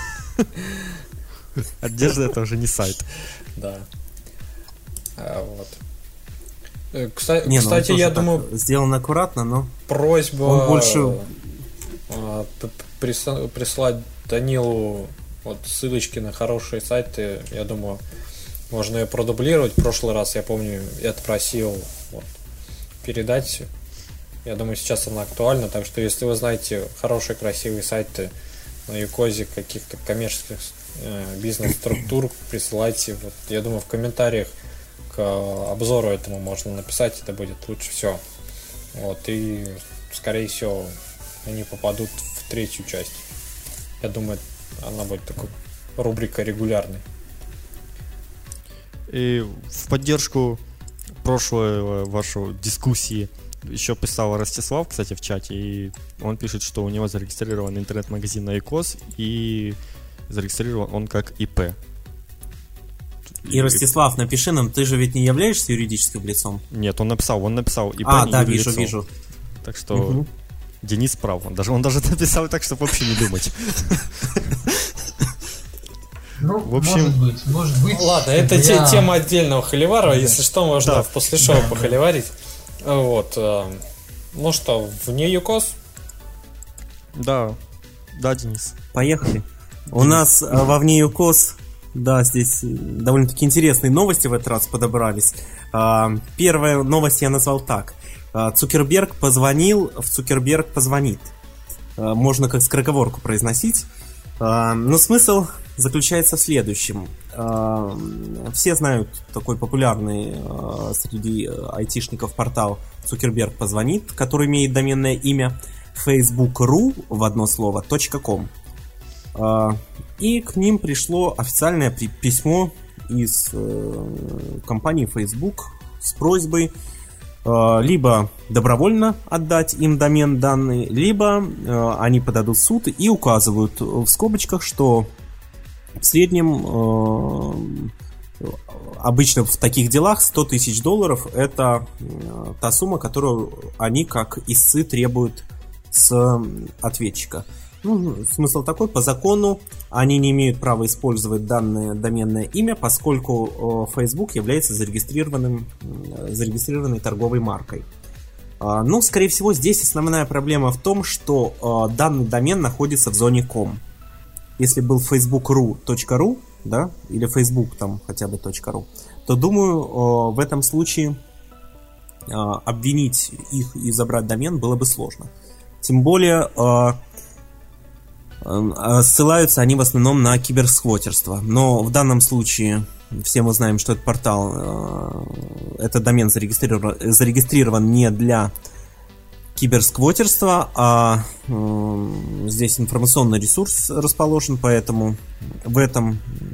Одежда это уже не сайт. Да. А, вот. Э, кста- Не, ну, он Кстати, тоже я так думаю, сделан аккуратно, но просьба он больше- а, п- п- присла- прислать Данилу вот ссылочки на хорошие сайты, я думаю, можно ее продублировать. В прошлый раз, я помню, я просил вот, передать. Я думаю, сейчас она актуальна, так что если вы знаете хорошие, красивые сайты на Юкозе каких-то коммерческих э, бизнес-структур, присылайте. Вот, я думаю, в комментариях к обзору этому можно написать, это будет лучше всего. Вот, и, скорее всего, они попадут в третью часть. Я думаю, она будет такой рубрикой регулярной. И в поддержку прошлой вашей дискуссии еще писал Ростислав, кстати, в чате, и он пишет, что у него зарегистрирован интернет-магазин на ИКОС, и зарегистрирован он как ИП. и, Ростислав, напиши нам, ты же ведь не являешься юридическим лицом? Нет, он написал, он написал ИП, А, не да, юрлицо. вижу, вижу. Так что Мгм. Денис прав, он даже, он даже написал так, чтобы вообще не думать. Ну, в общем- может быть, может быть. Ну, ладно, это я- те- тема отдельного холивара, если что, можно Да. в после шоу похоливарить. Вот. э, Ну что, вне ЮКОС? Да, да, Денис. Поехали. У нас э, во вне ЮКОС, да, здесь э, довольно-таки интересные новости в этот раз подобрались. А, Первая новость я назвал так. А, Цукерберг позвонил, в Цукерберг позвонит. А, Можно как скороговорку произносить. А, Но смысл заключается в следующем. А, Все знают такой популярный а, среди айтишников портал Цукерберг позвонит, который имеет доменное имя facebook точка ru в одно слово .com. А, И к ним пришло официальное при- письмо из э, компании Facebook с просьбой либо добровольно отдать им домен данные, либо они подадут в суд и указывают в скобочках, что в среднем обычно в таких делах сто тысяч долларов это та сумма, которую они как истцы требуют с ответчика. Ну, смысл такой: по закону они не имеют права использовать данное доменное имя, поскольку Facebook является зарегистрированным, зарегистрированной торговой маркой. Ну, скорее всего, здесь основная проблема в том, что данный домен находится в зоне ком. Если был facebook.ru.ru, да, или Facebook там хотя бы .ru, то, думаю, в этом случае обвинить их и забрать домен было бы сложно. Тем более ссылаются они в основном на киберсквотерство. Но в данном случае все мы знаем, что этот портал, этот домен зарегистрирован, зарегистрирован не для киберсквотерства, а здесь информационный ресурс расположен, поэтому в этом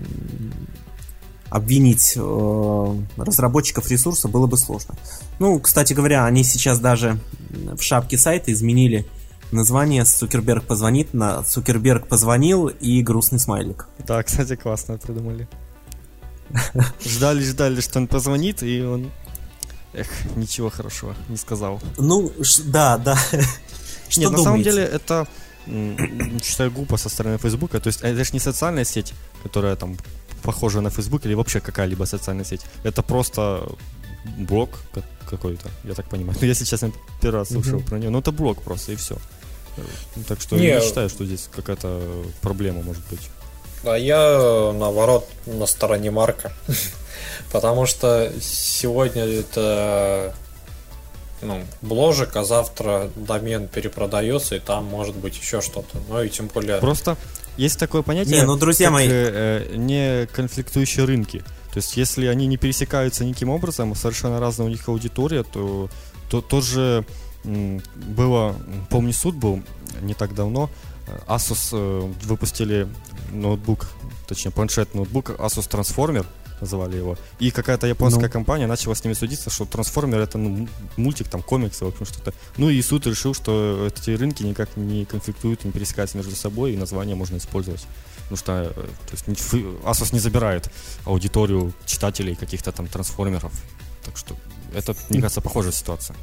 обвинить разработчиков ресурса было бы сложно. Ну, кстати говоря, они сейчас даже в шапке сайта изменили название «Цукерберг позвонит» на «Цукерберг позвонил» и грустный смайлик. Да, кстати, классно придумали. Ждали-ждали, что он позвонит, и он... Эх, ничего хорошего не сказал. Ну, да, да. Что Нет, думаете? На самом деле, это, считаю, глупо со стороны Фейсбука. То есть, это же не социальная сеть, которая там похожа на Facebook или вообще какая-либо социальная сеть. Это просто блог какой-то, я так понимаю. Ну, если честно, первый раз слышал mm-hmm. про него. Но это блог просто, и все. Так что не, я не считаю, что здесь какая-то проблема может быть. А я, наоборот, на стороне Марка. Потому что сегодня это ну, бложек, а завтра домен перепродается, и там может быть еще что-то. Ну и тем более... Просто есть такое понятие, не, ну, друзья как мои... э, не конфликтующие рынки. То есть если они не пересекаются никаким образом, совершенно разная у них аудитория, то, то тоже м, было, помню, суд был не так давно, Asus э, выпустили ноутбук, точнее планшет-ноутбук Asus Transformer, называли его. И какая-то японская ну. компания начала с ними судиться, что Трансформер это ну, мультик, там, комиксы, в общем, что-то. Ну и суд решил, что эти рынки никак не конфликтуют, не пересекаются между собой, и название можно использовать. Потому что то есть, Asus не забирает аудиторию читателей каких-то там трансформеров. Так что это, мне кажется, похожая ситуация.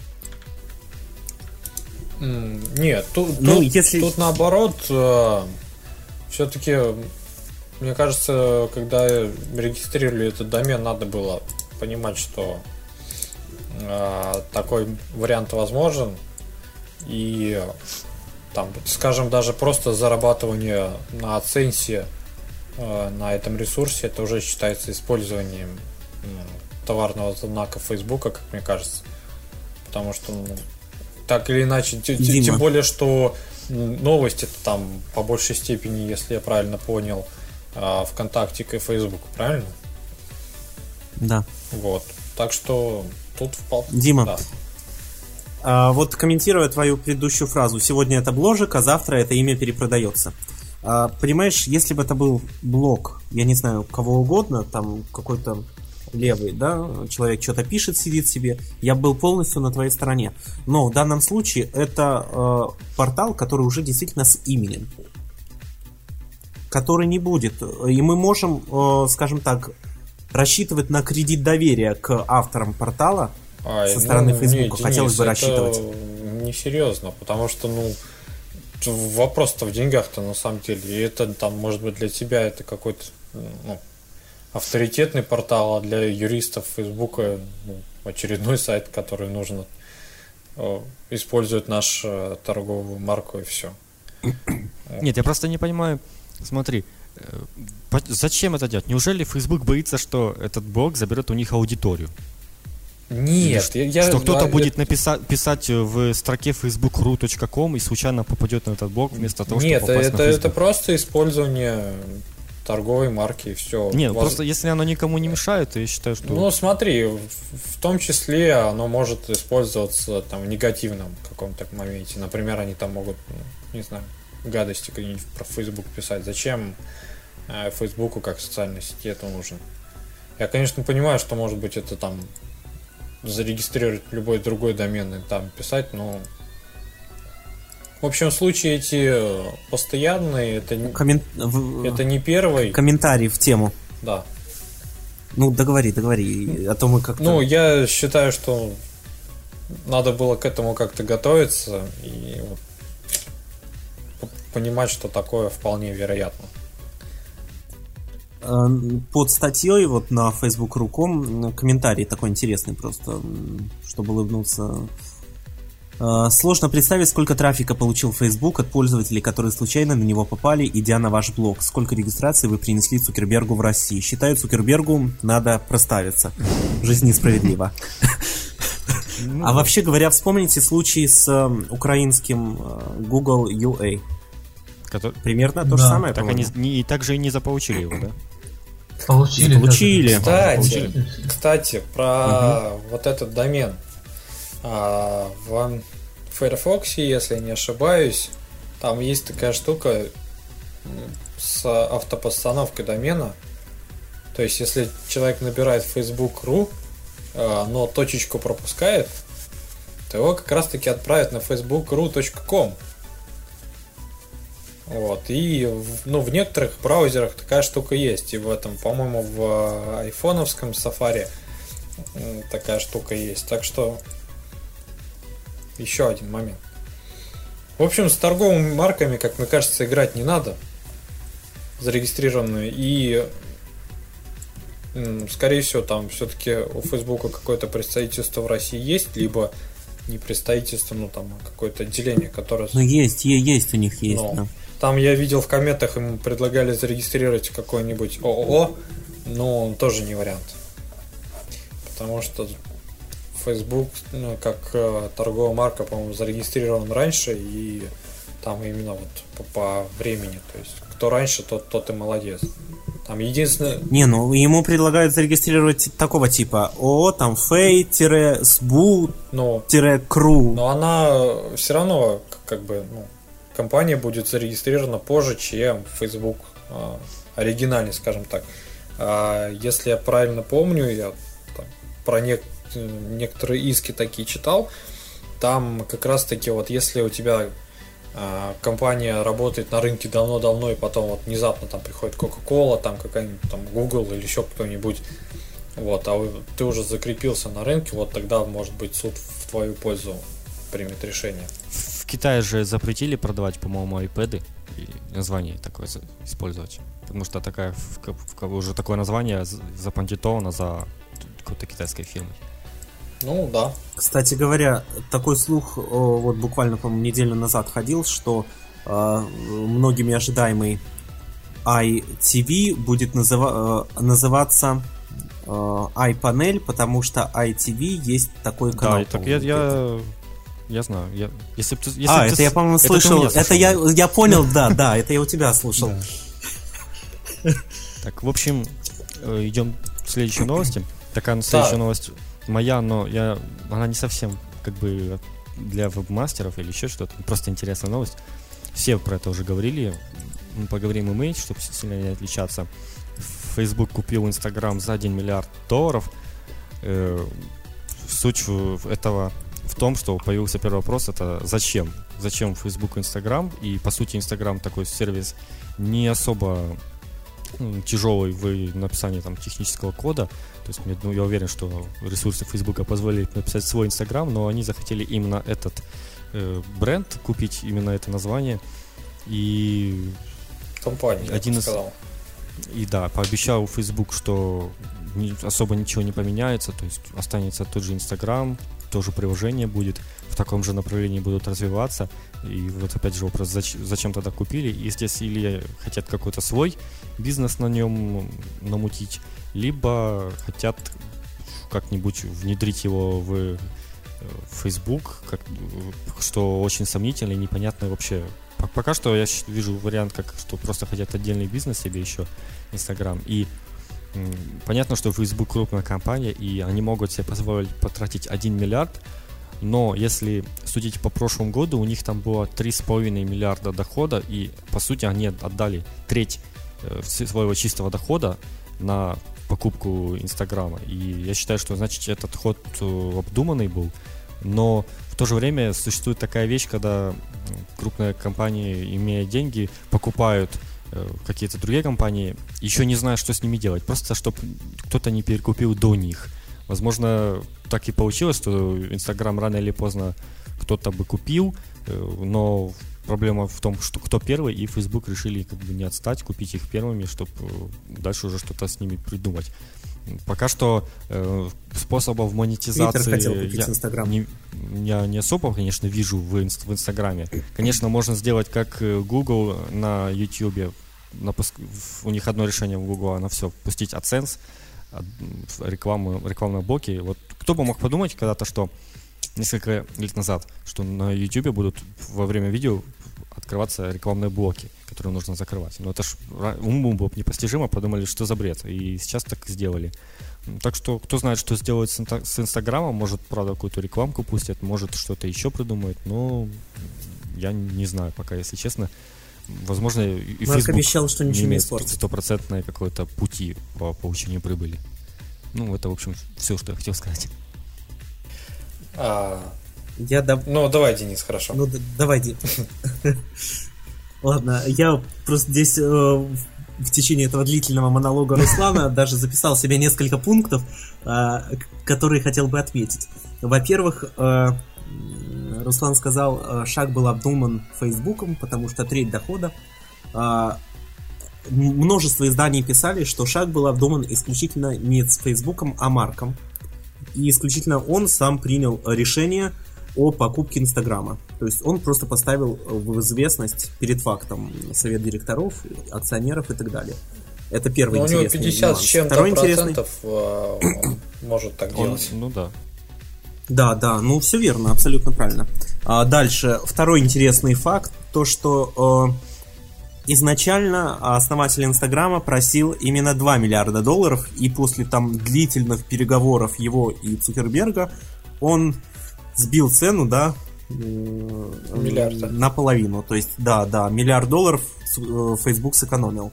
Нет, тут, ну, тут, если... тут наоборот, э, все-таки... Мне кажется, когда регистрировали этот домен, надо было понимать, что э, такой вариант возможен. И там, скажем, даже просто зарабатывание на AdSense э, на этом ресурсе, это уже считается использованием э, товарного знака Фейсбука, как мне кажется. Потому что, ну, так или иначе, т- т- тем более, что новости там по большей степени, если я правильно понял, ВКонтакте и Facebook, правильно? Да. Вот. Так что тут вполне... Дима, да. а, вот комментируя твою предыдущую фразу, сегодня это бложек, а завтра это имя перепродается. А, понимаешь, если бы это был блог, я не знаю, кого угодно, там какой-то левый, да, человек что-то пишет, сидит себе, я был полностью на твоей стороне. Но в данном случае это э, портал, который уже действительно с именем, который не будет. И мы можем, э, скажем так, рассчитывать на кредит доверия к авторам портала а, со стороны ну, Facebook. Не, Хотелось Денис, бы рассчитывать. Несерьезно, потому что, ну, вопрос-то в деньгах-то на самом деле. И это там, может быть, для тебя это какой-то ну, авторитетный портал, а для юристов Facebook ну, очередной сайт, который нужно э, использовать нашу э, торговую марку и все. Нет, я просто не понимаю. Смотри, зачем это делать? Неужели Facebook боится, что этот блог заберет у них аудиторию? Нет, Или, я... Что кто-то я, будет я... написать, писать в строке facebook ru точка com и случайно попадет на этот блог вместо того, Нет, чтобы попасть это, на Facebook. это просто использование торговой марки и все. Нет, Воз... просто если оно никому не мешает, то я считаю, что... Ну смотри, в, в том числе оно может использоваться там в негативном каком-то моменте. Например, они там могут, не знаю, гадости какие-нибудь про Facebook писать. Зачем э, Фейсбуку как социальной сети это нужно? Я, конечно, понимаю, что может быть это там зарегистрировать любой другой домен и там писать, но... В общем, случаи эти постоянные, это, Коммен... это не первый. Комментарий в тему. Да. Ну, договори, договори, а то мы как-то... Ну, я считаю, что надо было к этому как-то готовиться и вот понимать, что такое вполне вероятно. Под статьей вот на facebook точка ru точка com комментарий такой интересный просто, чтобы улыбнуться. Сложно представить, сколько трафика получил Facebook от пользователей, которые случайно на него попали, идя на ваш блог. Сколько регистраций вы принесли Цукербергу в России? Считаю, Цукербергу надо проставиться. Жизнь несправедлива. А вообще говоря, вспомните случай с украинским Google ю эй. Примерно то же самое. Так они и также и не заполучили его, да? Получили. Получили. Кстати, кстати, про вот этот домен. А в Firefox, если не ошибаюсь, там есть такая штука с автопостановкой домена. То есть, если человек набирает facebook точка ru, но точечку пропускает, то его как раз таки отправят на facebook точка ru точка com. Вот. И ну, в некоторых браузерах такая штука есть. И в этом, по-моему, в айфоновском Safari такая штука есть. Так что еще один момент. В общем, с торговыми марками, как мне кажется, играть не надо. Зарегистрированные. И скорее всего, там все-таки у Фейсбука какое-то представительство в России есть, либо не представительство, ну там какое-то отделение, которое... Ну есть, есть у них есть, но да. Там я видел в комментах, ему предлагали зарегистрировать какой-нибудь ООО, но он тоже не вариант. Потому что Facebook, ну, как э, торговая марка, по-моему, зарегистрирован раньше, и там именно вот по, по времени. То есть, кто раньше, тот, тот и молодец. Там единственное... Не, ну ему предлагают зарегистрировать такого типа ООО, там фей-сбу-кру. Но она все равно, как бы, ну, компания будет зарегистрирована позже, чем Facebook э, оригинальный, скажем так. А если я правильно помню, я там, про не, некоторые иски такие читал, там как раз таки вот если у тебя э, компания работает на рынке давно-давно, и потом вот внезапно там приходит Coca-Cola, там какая-нибудь там Google или еще кто-нибудь, вот, а ты уже закрепился на рынке, вот тогда может быть суд в твою пользу примет решение. В Китае же запретили продавать, по-моему, iPad'ы и название такое использовать. Потому что такая, уже такое название запатентовано за какой-то китайской фирмой. Ну, да. Кстати говоря, такой слух вот буквально, по-моему, неделю назад ходил, что э, многими ожидаемый ай ти ви будет называ- э, называться э, iPanel, потому что ай ти ви есть такой канал. Да, так я... я... Я знаю. Я, если, если а, ты, это я, по-моему, это слышал. слышал. Это я, я понял, да, да, это я у тебя слушал. Так, в общем, идем к следующей новости. Такая следующая новость моя, но я, она не совсем как бы для вебмастеров или еще что-то. Просто интересная новость. Все про это уже говорили. Мы поговорим и мы, чтобы сильно не отличаться. Facebook купил Instagram за один миллиард долларов. Суть этого в том, что появился первый вопрос, это зачем? Зачем Facebook Instagram? И по сути Instagram такой сервис не особо ну, тяжелый в написании там технического кода. То есть ну, я уверен, что ресурсы Facebook позволили написать свой Instagram, но они захотели именно этот э, бренд, купить именно это название. И компания, один я бы из... сказал. И да, пообещал Facebook, что не, особо ничего не поменяется, то есть останется тот же Instagram, тоже приложение будет, в таком же направлении будут развиваться. И вот опять же вопрос, зачем, зачем тогда купили? И здесь или хотят какой-то свой бизнес на нем намутить, либо хотят как-нибудь внедрить его в Facebook, как, что очень сомнительно и непонятно вообще. Пока что я вижу вариант, как что просто хотят отдельный бизнес себе еще, Instagram. И понятно, что Facebook крупная компания, и они могут себе позволить потратить один миллиард, но если судить по прошлому году, у них там было три с половиной миллиарда дохода, и по сути они отдали треть э, своего чистого дохода на покупку Инстаграма. И я считаю, что, значит, этот ход обдуманный был, но в то же время существует такая вещь, когда крупные компании, имея деньги, покупают э, какие-то другие компании, еще не зная, что с ними делать, просто чтобы кто-то не перекупил до них. Возможно, так и получилось, что Инстаграм рано или поздно кто-то бы купил, э, но проблема в том, что кто первый, и Facebook решили как бы не отстать, купить их первыми, чтобы дальше уже что-то с ними придумать. Пока что э, способов монетизации я не, я не особо, конечно, вижу в, инст, в Инстаграме. Конечно, можно сделать как Google на YouTube. Напуск... У них одно решение в Google, на все, пустить AdSense, рекламу, рекламные блоки. Вот кто бы мог подумать когда-то, что несколько лет назад, что на YouTube будут во время видео открываться рекламные блоки, которые нужно закрывать. Но это ж уму было непостижимо, подумали, что за бред. И сейчас так сделали. Так что, кто знает, что сделают с Инстаграмом, может, правда, какую-то рекламку пустят, может, что-то еще придумают, но я не знаю пока, если честно. Возможно, и Марк обещал, что ничего не испортит. Стопроцентное какое-то пути по получению прибыли. Ну, это, в общем, все, что я хотел сказать. А... Я дав... Ну, давай, Денис, хорошо. Ну, д- давай, Денис. Ладно, я просто здесь э, в течение этого длительного монолога Руслана даже записал себе несколько пунктов, э, которые хотел бы отметить. Во-первых, э, Руслан сказал, э, шаг был обдуман Фейсбуком, потому что треть дохода. Э, множество изданий писали, что шаг был обдуман исключительно не с Фейсбуком, а Марком. И исключительно он сам принял решение о покупке Инстаграма. То есть он просто поставил в известность перед фактом совет директоров, акционеров и так далее. Это первый Но интересный у него пятьдесят нюанс. с чем-то Второй процентов интересный... он может так он, делать. Ну да. Да, да, ну все верно, абсолютно правильно. А дальше, второй интересный факт, то что э, изначально основатель Инстаграма просил именно два миллиарда долларов, и после там длительных переговоров его и Цукерберга он сбил цену, да, Миллиарда. наполовину. То есть, да, да, миллиард долларов Facebook сэкономил.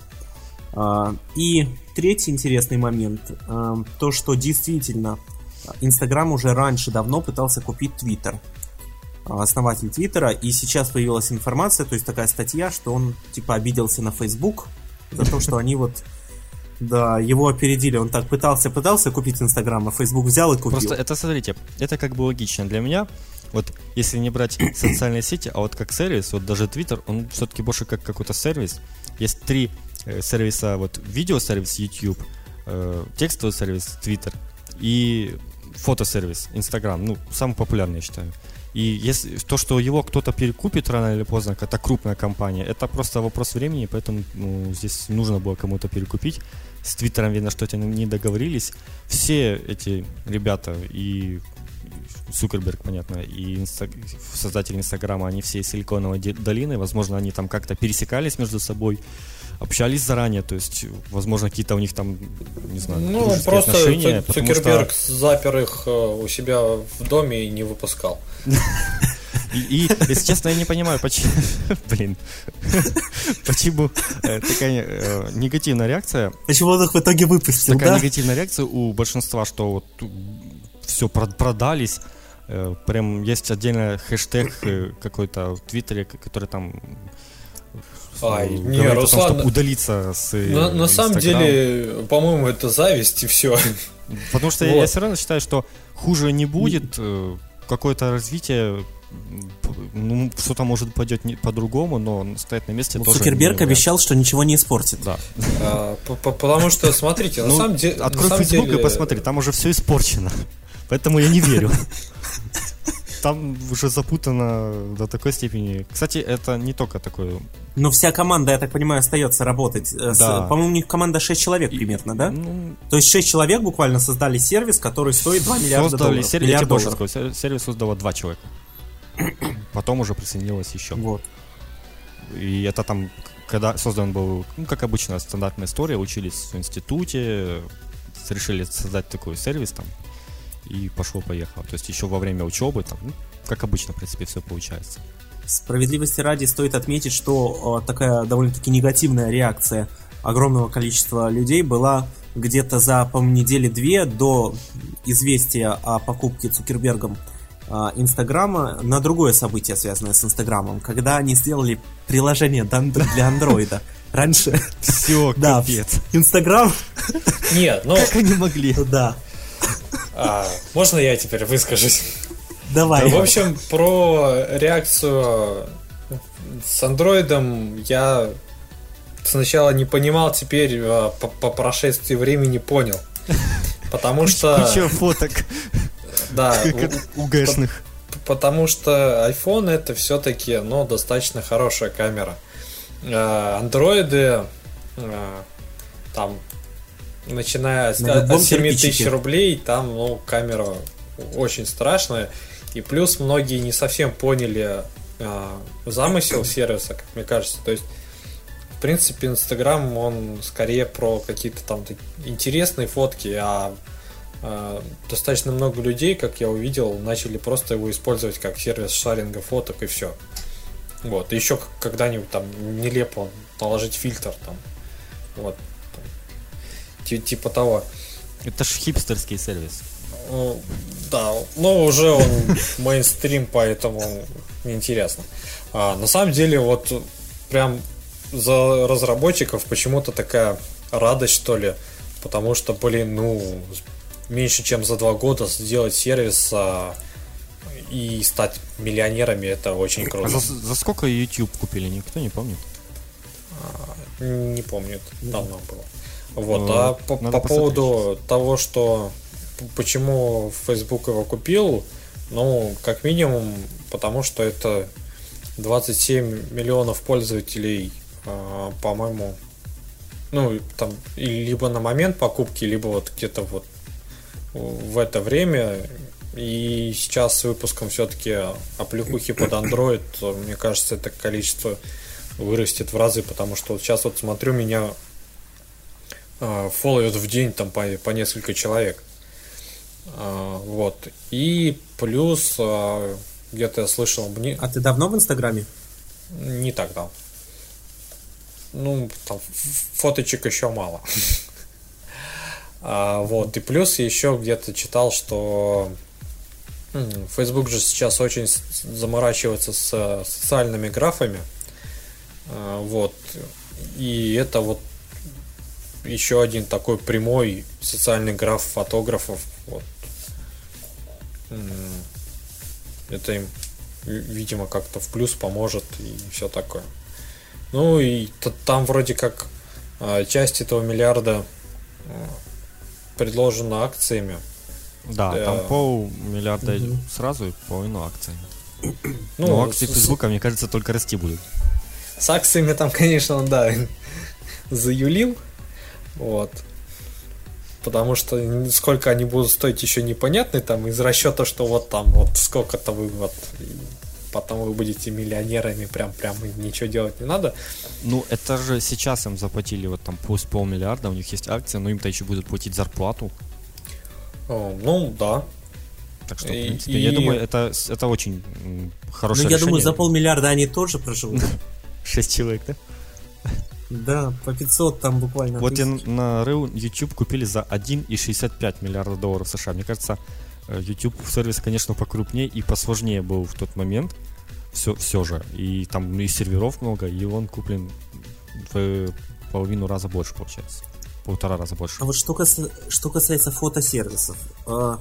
И третий интересный момент, то, что действительно Инстаграм уже раньше давно пытался купить Твиттер, основатель Твиттера, и сейчас появилась информация, то есть такая статья, что он типа обиделся на Facebook за то, что они вот да, его опередили, он так пытался, пытался купить Инстаграм, а Facebook взял и купил. Просто это, смотрите, это как бы логично для меня. Вот если не брать социальные сети, а вот как сервис, вот даже Twitter, он все-таки больше как какой-то сервис. Есть три э, сервиса, вот видеосервис YouTube, э, текстовый сервис Twitter и фотосервис Instagram, ну, самый популярный, я считаю. И если то, что его кто-то перекупит рано или поздно, какая-то крупная компания, это просто вопрос времени, поэтому ну, здесь нужно было кому-то перекупить. С Твиттером видно, что они не договорились. Все эти ребята, и Цукерберг, понятно, и инста... создатели Инстаграма, они все из Силиконовой долины, возможно, они там как-то пересекались между собой, общались заранее, то есть, возможно, какие-то у них там, не знаю, ну, дружеские просто отношения. Цукерберг что... запер их у себя в доме и не выпускал. И, и, если честно, я не понимаю, почему, блин, почему э, такая э, негативная реакция. Почему он их в итоге выпустил, Такая да? негативная реакция у большинства, что вот все продались. Э, прям есть отдельный хэштег э, какой-то в Твиттере, который там Ай, э, не, говорит Руслан, о том, чтобы удалиться с э, на, на самом деле, по-моему, это зависть и все. Потому что вот. я, я все равно считаю, что хуже не будет, э, какое-то развитие. Ну, что-то может пойдет не, по-другому, но стоять на месте ну, тоже. Цукерберг не обещал, что ничего не испортит. Да. А, потому что, смотрите, на самом деле. Открой Facebook и посмотри, там уже все испорчено. Поэтому я не верю. Там уже запутано до такой степени. Кстати, это не только такое. Но вся команда, я так понимаю, остается работать. Да. С, по-моему, у них команда шесть человек примерно, да? Ну, то есть шесть человек буквально создали сервис, который стоит два миллиарда долларов. Сервис, миллиард я больше долларов. скажу, сервис создало два человека. Потом уже присоединилось еще. Вот. И это там, когда создан был, ну, как обычно, стандартная история, учились в институте, решили создать такой сервис там, и пошло-поехало. То есть еще во время учебы, там, ну, как обычно, в принципе, все получается. Справедливости ради стоит отметить, что о, такая довольно-таки негативная реакция огромного количества людей была где-то за, по-моему, недели-две до известия о покупке Цукербергом а, Инстаграма на другое событие, связанное с Инстаграмом, когда они сделали приложение для Андроида. Раньше... Все, да, капец. Инстаграм... Нет, ну... Как они могли? Да. А, можно я теперь выскажусь? Давай. В общем, про реакцию с андроидом я сначала не понимал, теперь по, по прошествии времени понял. Потому что... Куча фоток. Да. УГшных. Потому что iPhone это все-таки, ну, достаточно хорошая камера. Андроиды там, начиная от семь тысяч рублей, там, ну, камера очень страшная. И плюс многие не совсем поняли замысел сервиса, как мне кажется. То есть, в принципе, Инстаграм, он скорее про какие-то там интересные фотки, а э, достаточно много людей, как я увидел, начали просто его использовать как сервис шаринга фоток и все. Вот. И еще когда-нибудь там нелепо наложить фильтр там. Вот. Там, типа того. Это ж хипстерский сервис. Ну, да, но уже он мейнстрим, поэтому неинтересно. А, на самом деле, вот прям за разработчиков почему-то такая радость, что ли, потому что, блин, ну, меньше чем за два года сделать сервис а, и стать миллионерами, это очень круто. А за, за сколько YouTube купили, никто не помнит? А, не помнит, давно было. Вот, ну, а по, по поводу того, что почему Facebook его купил, ну, как минимум, потому что это двадцать семь миллионов пользователей, э, по-моему, ну, там, либо на момент покупки, либо вот где-то вот в это время. И сейчас с выпуском все-таки аппликухи под Android, мне кажется, это количество вырастет в разы, потому что вот сейчас вот смотрю, меня э, фолловят в день там по, по несколько человек. Uh, вот. И плюс uh, где-то я слышал мне. А ты давно в Инстаграме? Не так давно. Ну, там фоточек еще мало. uh, Вот. И плюс еще где-то читал, что Facebook же сейчас очень заморачивается с социальными графами. uh, Вот. И это вот еще один такой прямой социальный граф фотографов. Вот. Это им, видимо, как-то в плюс поможет и все такое. Ну и там вроде как часть этого миллиарда предложена акциями. Да, да. Там полмиллиарда угу. сразу и половину акций. Ну, Но акции Фейсбука, мне кажется, только расти будут. С акциями там, конечно, он, да, заюлил. Вот. Потому что сколько они будут стоить еще непонятно, там из расчета, что вот там вот сколько-то вы вот потом вы будете миллионерами, прям прям ничего делать не надо. Ну это же сейчас им заплатили вот там пусть полмиллиарда, у них есть акции, но им-то еще будут платить зарплату. О, ну да. Так что, в принципе, и... я думаю, это, это очень хорошее решение. Ну я решение. думаю, за полмиллиарда они тоже проживут. Шесть человек, да? Да, по пятьсот там буквально. Вот я на рыл YouTube купили за один целых шестьдесят пять миллиарда долларов США. Мне кажется, YouTube сервис, конечно, покрупнее и посложнее был в тот момент. Все, все же. И там и серверов много, и он куплен в половину раза больше, получается. Полтора раза больше. А вот что, каса... что касается фотосервисов. А...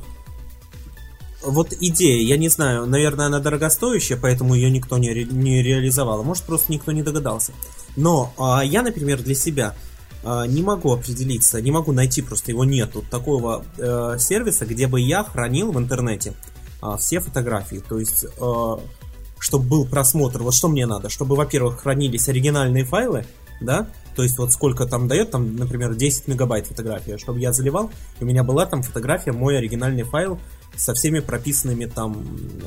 Вот идея, я не знаю, наверное, она дорогостоящая, поэтому ее никто не, ре... не реализовал. Может, просто никто не догадался. Но а, я, например, для себя а, не могу определиться, не могу найти, просто его нету, такого э, сервиса, где бы я хранил в интернете а, все фотографии. То есть, э, чтобы был просмотр, вот что мне надо, чтобы, во-первых, хранились оригинальные файлы, да, то есть вот сколько там дает, там, например, десять мегабайт фотография, чтобы я заливал, и у меня была там фотография, мой оригинальный файл со всеми прописанными там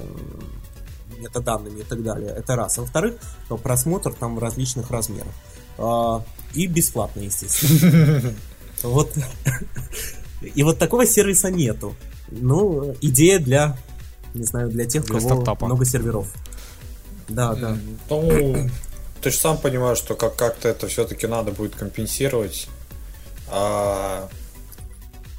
метаданными и так далее. Это раз. А во-вторых, просмотр там в различных размерах. А, и бесплатно, естественно. Вот. И вот такого сервиса нету. Ну, идея для, не знаю, для тех, у кого много серверов. Да, да. Ну, ты же сам понимаешь, что как- как-то это все-таки надо будет компенсировать. А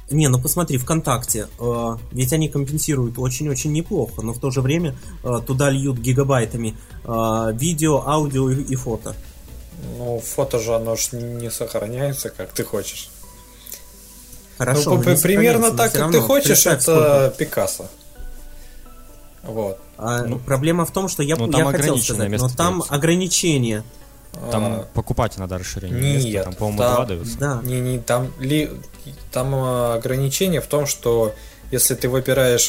Не, ну посмотри, ВКонтакте, э, ведь они компенсируют очень-очень неплохо, но в то же время э, туда льют гигабайтами э, видео, аудио и, и фото. Ну, фото же оно ж не сохраняется, как ты хочешь. Хорошо, ну, но не примерно так, как равно, ты хочешь, это сколько... Пикассо. Вот. А, Ну, проблема в том, что я, ну, я хотел сказать, но там дается. ограничения. Там А, покупать надо расширение нет, места, там, по-моему, там, два даются. Да. Не, не, там, ли, там э, ограничение в том, что если ты выбираешь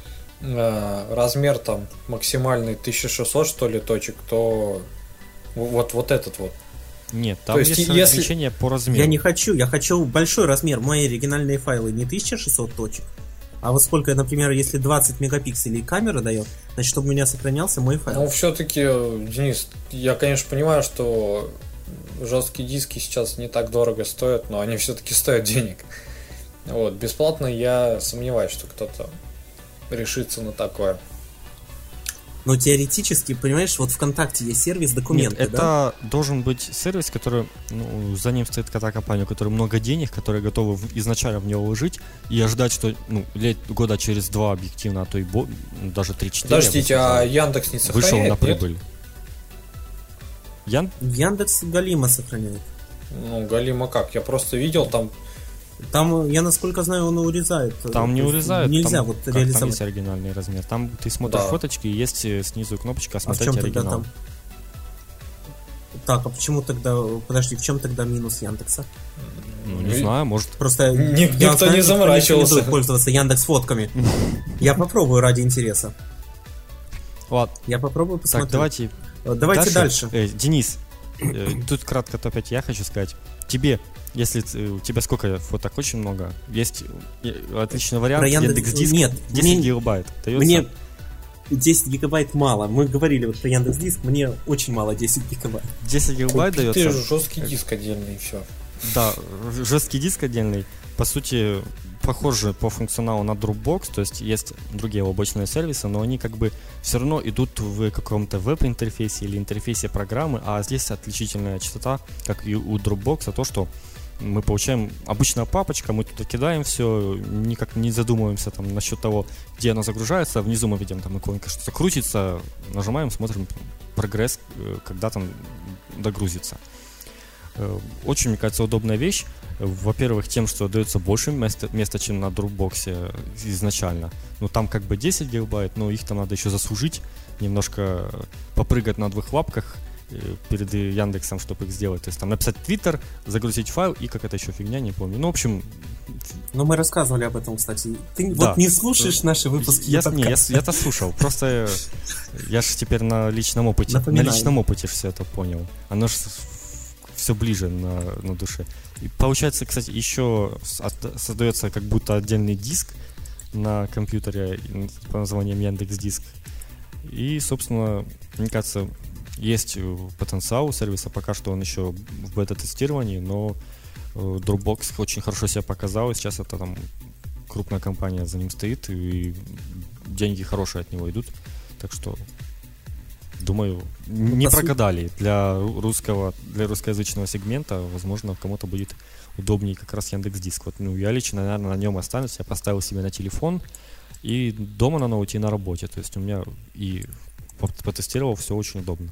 э, размер там максимальный тысяча шестьсот, что ли, точек, то вот, вот этот вот. Нет, там То есть, есть если- ограничение по размеру. Я не хочу, я хочу большой размер. Мои оригинальные файлы не тысяча шестьсот точек, а вот сколько, например, если двадцать мегапикселей камера дает, значит, чтобы у меня сохранялся мой файл. Ну, все-таки, Денис, я, конечно, понимаю, что жесткие диски сейчас не так дорого стоят, но они все-таки стоят денег. Вот, бесплатно я сомневаюсь, что кто-то решится на такое. Но теоретически, понимаешь, вот ВКонтакте есть сервис документы, Нет, это да? должен быть сервис, который, ну, за ним стоит какая-то компания, у которой много денег, которые готовы в- изначально в него вложить и ожидать, что, ну, лет года через два объективно, а то и бо- ну, даже три-четыре. Подождите, я бы сказал, а Яндекс не сохраняет? вышел на нет? прибыль. Ян... Яндекс Галима сохраняет. Ну, Галима как? Я просто видел там. Там, я насколько знаю, он урезает. Там не То есть урезают, Нельзя там, вот как, там реализовать. есть оригинальный размер. Там ты смотришь Да. фоточки, и есть э, снизу кнопочка А в «Смотреть чем тогда оригинал». там? Так, а почему тогда... Подожди, в чем тогда минус Яндекса? Ну, не Ну, знаю, может... Просто Ни- я никто знаю, не заморачивался. рекомендует пользоваться Яндекс фотками. Я попробую ради интереса. Ладно, Я попробую так, посмотреть. давайте Э, Давайте дальше. Э, Денис, э, тут кратко-то опять я хочу сказать. Тебе, если т- у тебя сколько фоток, очень много, есть э, отличный вариант, Про Яндекс- Яндекс.Диск, Нет, десять мне- гигабайт дается. Мне десять гигабайт мало. Мы говорили вот про Яндекс.Диск, мне очень мало десять гигабайт. десять гигабайт Ты дается. жесткий диск отдельный и все. Да, жесткий диск отдельный. По сути, похожи по функционалу на Dropbox, то есть есть другие облачные сервисы, но они как бы все равно идут в каком-то веб-интерфейсе или интерфейсе программы, а здесь отличительная частота, как и у Dropbox, то, что мы получаем обычная папочка, мы туда кидаем все, никак не задумываемся там насчет того, где она загружается, внизу мы видим там иконка, что-то крутится, нажимаем, смотрим прогресс, э, когда там догрузится. Э, Очень, мне кажется, удобная вещь. Во-первых, тем, что дается больше места, места, чем на Dropbox изначально. Ну, там как бы десять гигабайт, но их там надо еще заслужить, немножко попрыгать на двух лапках э, перед Яндексом, чтобы их сделать. То есть там написать Twitter, загрузить файл и какая-то еще фигня, не помню. Ну, в общем... Но мы рассказывали об этом, кстати. Ты Да. вот не слушаешь наши выпуски Я, не, я, подкаста. я-то слушал, просто э, я же теперь на личном опыте, на Напоминаю. личном опыте все это понял. Оно же все ближе на, на душе. И получается, кстати, еще с- от- создается как будто отдельный диск на компьютере под названием Яндекс.Диск. И, собственно, мне кажется, есть э, потенциал у сервиса, пока что он еще в бета-тестировании, но э, Dropbox очень хорошо себя показал, и сейчас это там крупная компания за ним стоит, и деньги хорошие от него идут. Так что, думаю, не по сути- прогадали. Для русского, для русскоязычного сегмента, возможно, кому-то будет удобнее как раз Яндекс.Диск. Вот, ну, я лично, наверное, на нем останусь. Я поставил себе на телефон и дома на ноуте, и на работе. То есть у меня и пот- потестировал, все очень удобно.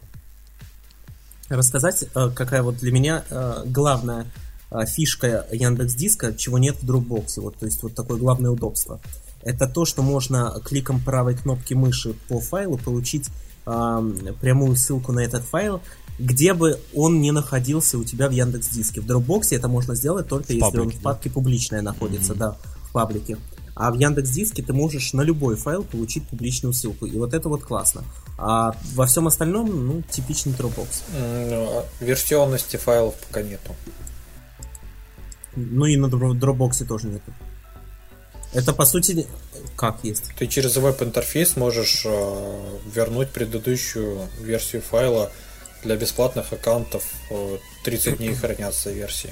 Рассказать, э, какая вот для меня э, главная э, фишка Яндекс.Диска, чего нет в Dropbox. Вот, то есть вот такое главное удобство. Это то, что можно кликом правой кнопки мыши по файлу получить э, прямую ссылку на этот файл, где бы он ни находился у тебя в Яндекс.Диске. В Dropbox это можно сделать только В если паблике, он в да? папке публичная находится, Мгм. да, в паблике. А в Яндекс.Диске ты можешь на любой файл получить публичную ссылку. И вот это вот классно. А во всем остальном, ну, типичный Dropbox. М, Версионности файлов пока нету. Ну и на Dro- Dropbox тоже нету. Это по сути как есть. Ты через веб-интерфейс можешь э, вернуть предыдущую версию файла. Для бесплатных аккаунтов э, тридцать дней хранятся версии.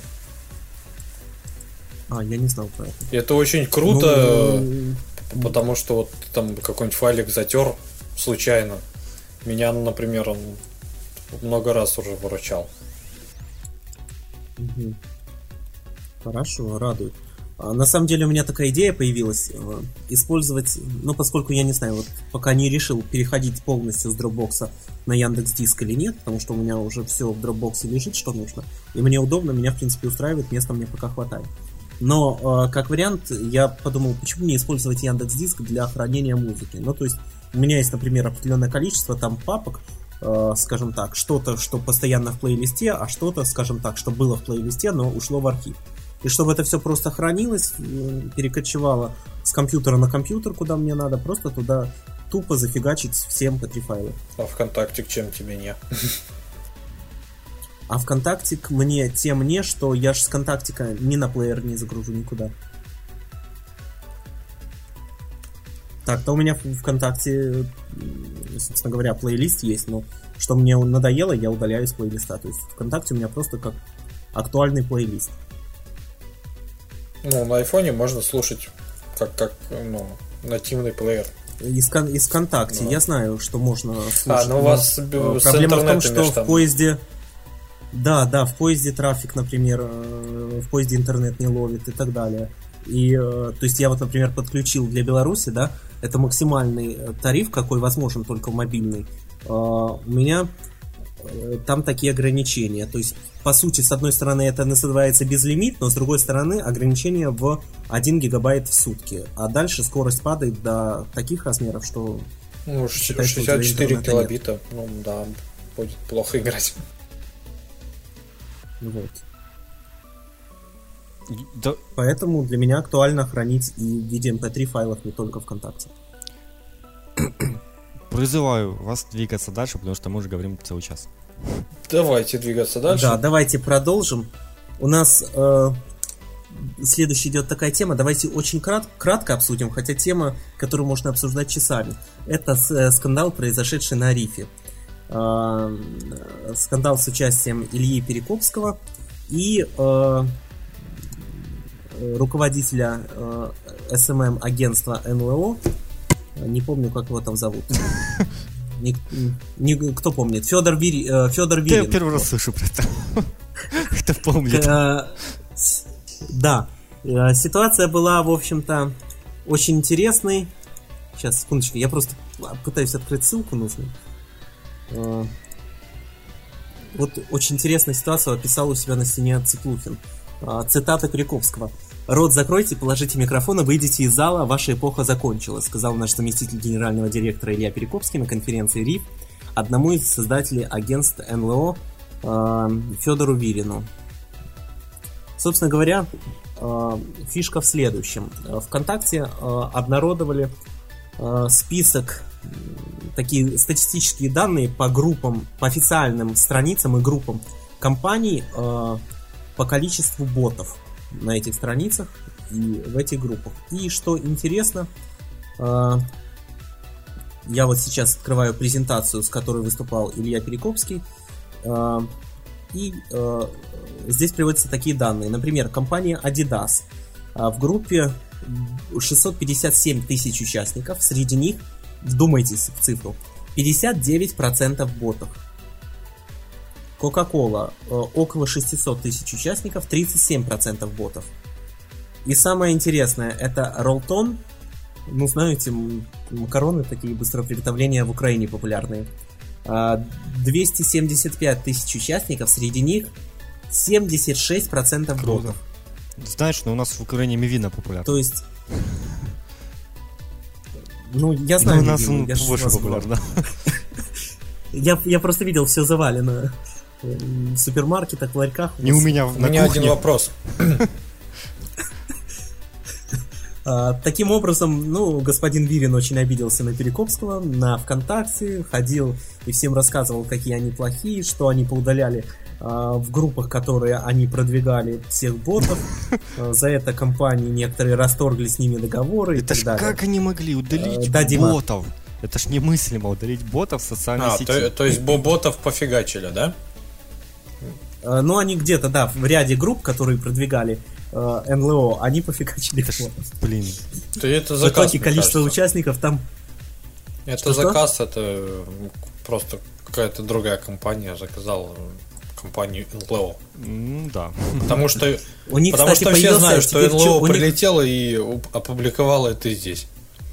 А, я не знал про это. И это очень круто, Ну, потому что вот ты там какой-нибудь файлик затер случайно. Меня, например, он много раз уже выручал. мгм. Хорошо, радует. На самом деле у меня такая идея появилась, использовать, ну поскольку я не знаю, вот пока не решил переходить полностью с Dropbox на Яндекс.Диск или нет, потому что у меня уже все в Dropbox лежит, что нужно, и мне удобно, меня в принципе устраивает, места мне пока хватает. Но как вариант я подумал, почему не использовать Яндекс.Диск для хранения музыки. Ну то есть у меня есть, например, определенное количество там папок, скажем так, что-то, что постоянно в плейлисте, а что-то, скажем так, что было в плейлисте, но ушло в архив. И чтобы это все просто хранилось, перекочевало с компьютера на компьютер, куда мне надо, просто туда тупо зафигачить все эм пэ три файлы. А ВКонтакте к чем тебе не? А ВКонтакте к мне тем не, что я же с ВКонтактика ни на плеер не загружу никуда. Так-то у меня в ВКонтакте, собственно говоря, плейлист есть, но что мне надоело, я удаляю из плейлиста. То есть ВКонтакте у меня просто как актуальный плейлист. Ну, на айфоне можно слушать как, как ну, нативный плеер. Из, из ВКонтакте, ну. Я знаю, что можно слушать. А, ну у вас но с проблема в том, что в поезде... Да, да, в поезде трафик, например, в поезде интернет не ловит и так далее. И, то есть я вот, например, подключил для Беларуси, да, это максимальный тариф, какой возможен только в мобильный. У меня там такие ограничения. То есть, по сути, с одной стороны, это называется безлимит, но с другой стороны, ограничение в один гигабайт в сутки. А дальше скорость падает до таких размеров, что... Ну, шестьдесят четыре килобита. Нет. Ну, да, будет плохо играть. Вот. Да. Поэтому для меня актуально хранить и в виде эм пэ три файлов, не только ВКонтакте. Призываю вас двигаться дальше, потому что мы уже говорим целый час. Давайте двигаться дальше. Да, давайте продолжим. У нас э, следующая идет такая тема. Давайте очень крат, кратко обсудим, хотя тема, которую можно обсуждать часами. Это с, э, скандал, произошедший на Рифе. Э, скандал с участием Ильи Перекопского и э, руководителя э, эс эм эм-агентства эн эл о. Не помню, как его там зовут. Не, не, кто помнит? Федор, Вири, э, Федор Вирин. Я первый раз слышу про это. Кто помнит? Да. Ситуация была, в общем-то, очень интересной. Сейчас, секундочку. Я просто пытаюсь открыть ссылку нужную. Вот очень интересная ситуация описал у себя на стене Циплухин. Цитата Перекопского. «Рот закройте, положите микрофон и выйдите из зала, ваша эпоха закончилась», сказал наш заместитель генерального директора Илья Перекопский на конференции РИФ одному из создателей агентств эн эл о э, Федору Вирину. Собственно говоря, э, фишка в следующем. ВКонтакте э, обнародовали э, список, э, такие статистические данные по группам, по официальным страницам и группам компаний э, по количеству ботов на этих страницах и в этих группах. И что интересно, э, я вот сейчас открываю презентацию, с которой выступал Илья Перекопский, э, и э, здесь приводятся такие данные. Например, компания Adidas. Э, в группе шестьсот пятьдесят семь тысяч участников, среди них, вдумайтесь в цифру, пятьдесят девять процентов ботов. Coca-Cola э, около шестьсот тысяч участников, тридцать семь процентов ботов. И самое интересное, это Ролтон. Ну, знаете, макароны такие быстрого приготовления в Украине популярные. Э, двести семьдесят пять тысяч участников, среди них семьдесят шесть процентов Круто. ботов. Знаешь, но у нас в Украине Мивина популярна. То есть... Ну, я знаю, но у нас Мивину, он я больше популярна. Я, я просто видел, все завалено в супермаркетах, в ларьках. Не у меня на кухне. У меня один вопрос. А, таким образом, ну, господин Вирин очень обиделся на Перекопского, на ВКонтакте, ходил и всем рассказывал, какие они плохие, что они поудаляли а, в группах, которые они продвигали, всех ботов. А, за это компании некоторые расторгли с ними договоры это и так ж далее. Как они могли удалить а, да, ботов? Это ж немыслимо удалить ботов в социальной а, сети. То, то есть ботов пофигачили, да? А, ну, они где-то, да, в ряде групп, которые продвигали эн эл о, они пофигачили. Это ж, блин. То это В заказ, итоге количество кажется. участников там... Это Что-что? заказ, это просто какая-то другая компания заказала компанию эн эл о. Ну да. Потому что, У них, потому кстати, что все появился знают, что теперь эн эл о чё- у них- прилетело и опубликовало это здесь.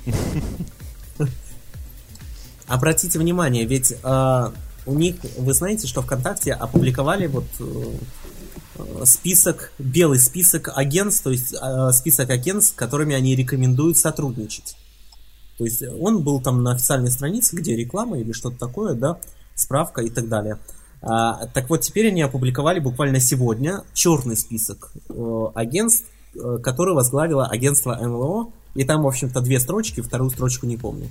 Обратите внимание, ведь э, у них, вы знаете, что ВКонтакте опубликовали вот э, список, белый список агентств, то есть э, список агентств, с которыми они рекомендуют сотрудничать. То есть он был там на официальной странице, где реклама или что-то такое, да, справка и так далее. А, так вот, теперь они опубликовали буквально сегодня черный список э, агентств, э, который возглавило агентство эн эл о, и там, в общем-то, две строчки, вторую строчку не помню.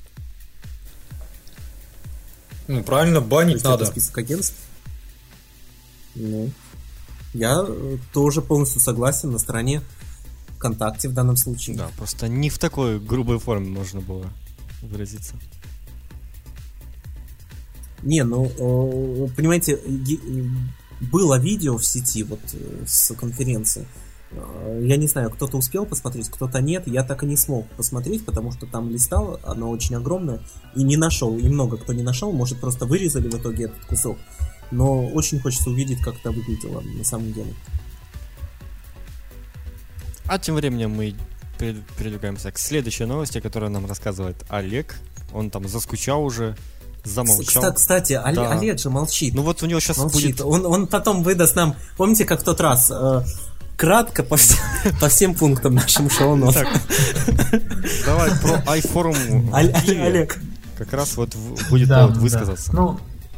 Ну, правильно, То банить есть надо. это список агентств. Ну, я э, тоже полностью согласен на стороне ВКонтакте в данном случае. Да, просто не в такой грубой форме можно было выразиться. Не, ну, э, понимаете, е- было видео в сети вот э, с конференции. Э, Я не знаю, кто-то успел посмотреть, кто-то нет. Я так и не смог посмотреть, потому что там листал, оно очень огромное, и не нашел, и много кто не нашел. Может, просто вырезали в итоге этот кусок. Но очень хочется увидеть, как это выглядело на самом деле. А тем временем мы перед- передвигаемся к следующей новости, которую нам рассказывает Олег. Он там заскучал уже, замолчал. Кста- Кстати, Оле- Да. Олег же молчит. Ну вот у него сейчас Молчит. будет... Он, он потом выдаст нам, помните, как в тот раз, э, кратко по, вс- по всем пунктам нашим шоу-нот. Так, давай про iForum в Олег, Киеве. Олег. Как раз вот в- будет Да, повод да. высказаться. Ну,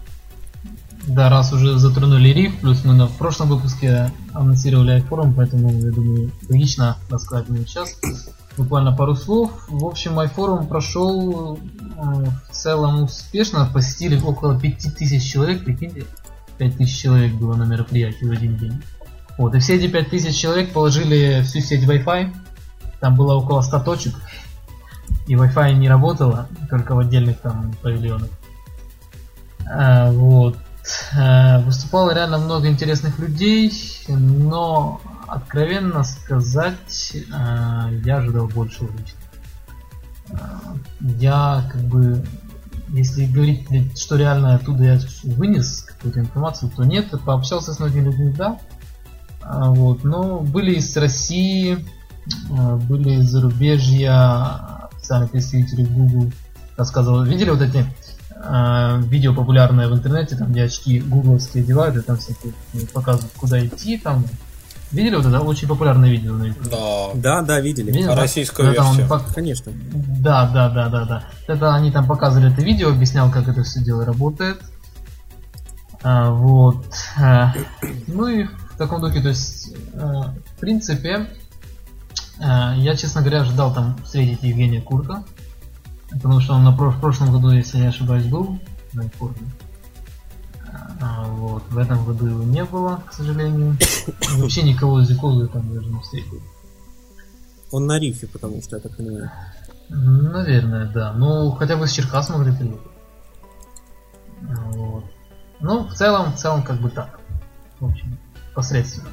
да, раз уже затронули риф, плюс мы на в прошлом выпуске анонсировали iForum, поэтому, я думаю, логично рассказать мне сейчас. Буквально пару слов. В общем, iForum прошел э, в целом успешно. Посетили около пяти тысяч человек, прикиньте. пять тысяч человек было на мероприятии в один день. Вот, и все эти пять тысяч человек положили всю сеть Wi-Fi. Там было около ста точек. И Wi-Fi не работало, только в отдельных там павильонах. А, вот. А, выступало реально много интересных людей, но, откровенно сказать, а, я ожидал большего лично. А, я как бы, если говорить, что реально оттуда я вынес какую-то информацию, то нет, пообщался с многими людьми, да. А, вот, но были из России, а, были из зарубежья, официальные представители Google рассказывали. Видели вот эти э, видео популярные в интернете, там где очки гугловские одевают и там всякие показывают, куда идти там. Видели вот это очень популярное видео на YouTube? Да. Да, да, видели. Видели, да? Российскую Это он версию. пок- Конечно. Да, да, да, да, да. Это они там показывали это видео, объяснял, как это все дело работает. А, вот. А, ну и в таком духе, то есть, а, в принципе, а, я, честно говоря, ожидал там встретить Евгения Курка, потому что он на про- в прошлом году, если я не ошибаюсь, был на iForum. А, вот. В этом году его не было, к сожалению. И вообще никого из Якузы там даже не встретил. Он на рифе, потому что, я так понимаю. Наверное, да. Ну, хотя бы с Черкас могли приехать. Вот. Ну, в целом, в целом, как бы так. В общем, посредственно.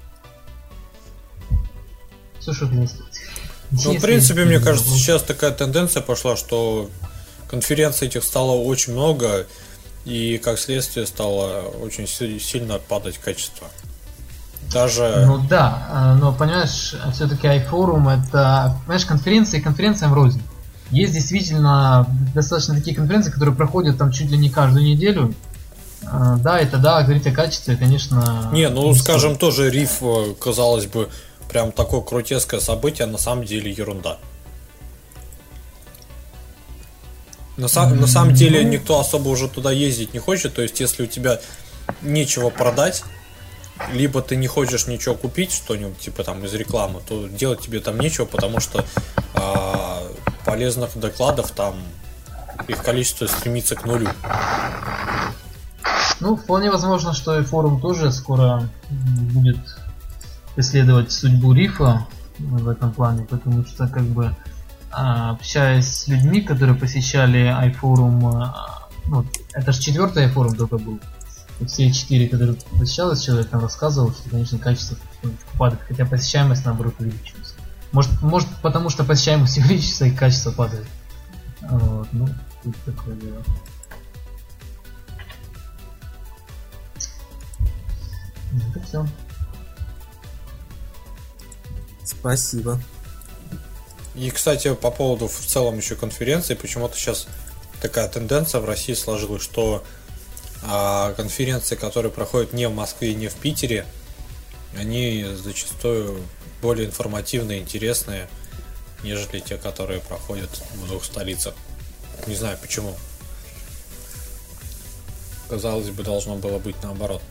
Все, что хотел сказать. Ну, в Если- принципе, мне кажется, ну, сейчас такая тенденция пошла, что конференций этих стало очень много, и как следствие стало очень си- сильно падать качество. Даже... Ну да, а, но понимаешь, все-таки iForum это, понимаешь, конференции конференциям рознь. Есть действительно достаточно такие конференции, которые проходят там чуть ли не каждую неделю. А, Да, это да, говорить о качестве, конечно. Не, ну не скажем, стоит. тоже риф, э, казалось бы, прям такое крутецкое событие, на самом деле ерунда. На, са- на самом деле никто особо уже туда ездить не хочет, то есть если у тебя нечего продать, либо ты не хочешь ничего купить, что-нибудь типа там из рекламы, то делать тебе там нечего, потому что а, полезных докладов там их количество стремится к нулю. Ну, вполне возможно, что и форум тоже скоро м, будет исследовать судьбу рифа в этом плане, потому что, как бы, а, общаясь с людьми, которые посещали iForum, а, ну, это же четвертый iForum только был, и все четыре, которые посещалось, человек там рассказывал, что, конечно, качество падает, хотя посещаемость, наоборот, увеличивается. Может, может потому что посещаемость увеличится и качество падает. Вот, ну, тут такое дело. все. Спасибо. И, кстати, по поводу в целом еще конференции, почему-то сейчас такая тенденция в России сложилась, что а, конференции, которые проходят не в Москве и не в Питере, они зачастую более информативные, интересные, нежели те, которые проходят в двух столицах. Не знаю почему. Казалось бы, должно было быть наоборот.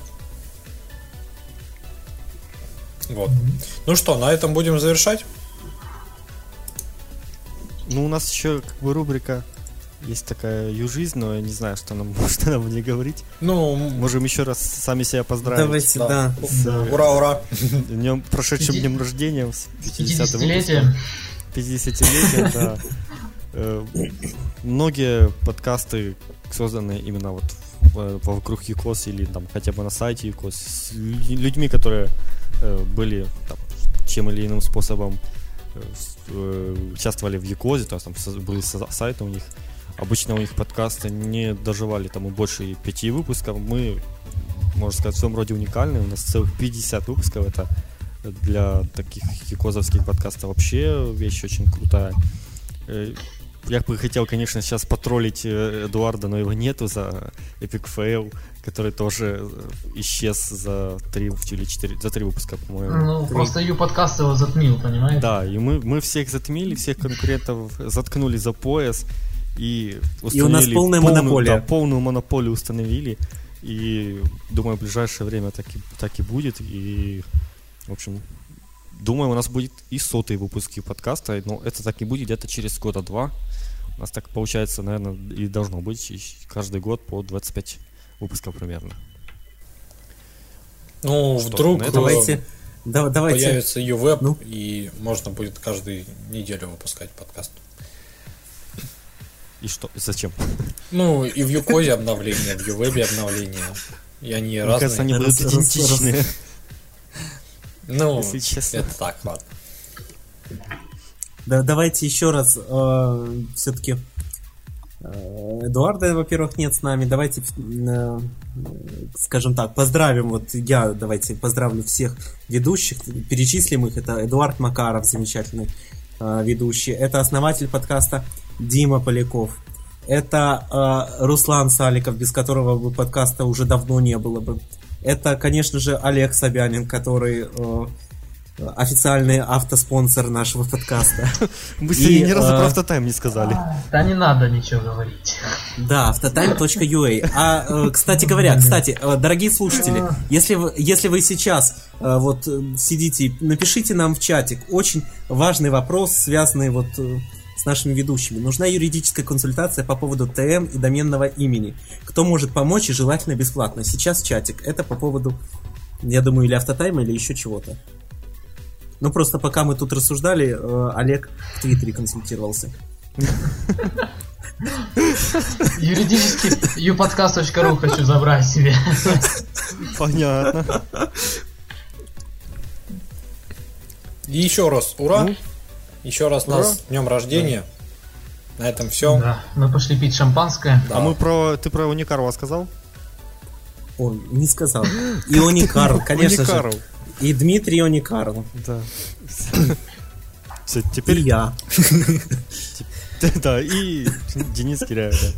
Вот. Ну что, на этом будем завершать? Ну, у нас еще как бы рубрика есть такая «Ю-жизнь», но я не знаю, что нам, что нам не говорить. Ну, можем еще раз сами себя поздравить. Давайте, да. да. С, ура, ура! Днем, прошедшим днем рождения, с пятидесятилетием. пятидесятилетием, да. Многие подкасты созданы именно вот вокруг ЮКОС или там хотя бы на сайте ЮКОС с людьми, которые были там, чем или иным способом участвовали в ЮКОЗе, то есть там были сайты у них. Обычно у них подкасты не доживали там и больше пяти выпусков. Мы, можно сказать, в своем роде уникальны. У нас целых пятьдесят выпусков. Это для таких ЮКОЗовских подкастов вообще вещь очень крутая. Я бы хотел, конечно, сейчас потроллить Эдуарда, но его нету за Epic Fail, который тоже исчез за три или четыре, за три выпуска, по-моему. Ну, три. Просто Ю-подкаст его затмил, понимаете? Да, и мы, мы всех затмили, всех конкурентов заткнули за пояс и установили и у нас полная полную, монополия. Да, полную монополию установили. И думаю, в ближайшее время так и, так и будет. И, в общем, думаю, у нас будет и сотый выпуск подкаста, но это так и будет где-то через года два. У нас так получается, наверное, и должно быть каждый год по двадцать пять выпусков примерно. Ну, Что, вдруг на Давайте, да, давайте. появится ЮВеб, Ну? и можно будет каждую неделю выпускать подкаст. И что? Зачем? Ну, и в ЮКОЗе обновления, в ЮВебе обновления. И они Мне разные. кажется, они будут Раз- раз- идентичные. Ну, если честно. это так, ладно. Да, давайте еще раз э, все-таки э, Эдуарда, во-первых, нет с нами. Давайте, э, скажем так, поздравим. Вот я, давайте поздравлю всех ведущих, перечислим их. Это Эдуард Макаров, замечательный э, ведущий. Это основатель подкаста Дима Поляков. Это э, Руслан Саликов, без которого бы подкаста уже давно не было бы. Это, конечно же, Олег Собянин, который э, официальный автоспонсор нашего подкаста. Мы сегодня И, ни разу э, про автотайм не сказали. Да не надо ничего говорить. Да, автотайм точка ю а. А, э, кстати говоря, кстати, э, дорогие слушатели, если вы, если вы сейчас э, вот э, сидите, напишите нам в чатик очень важный вопрос, связанный вот э, с нашими ведущими. Нужна юридическая консультация по поводу ТМ и доменного имени. Кто может помочь и желательно бесплатно? Сейчас чатик. Это по поводу, я думаю, или автотайма, или еще чего-то. Ну, просто пока мы тут рассуждали, э, Олег в Твиттере консультировался. Юридически юподкаст точка ру хочу забрать себе. Понятно. И еще раз, ура! Ну? Еще раз Ура. нас с днем рождения. На этом все. Да, мы пошли пить шампанское. Да. А мы про... Ты про Уникарова сказал? Он не сказал. И Оникарл, конечно же. Уникаров. И Дмитрий Оникарл. Да. Все, И теперь... я. Да, и Денис Киряев, да.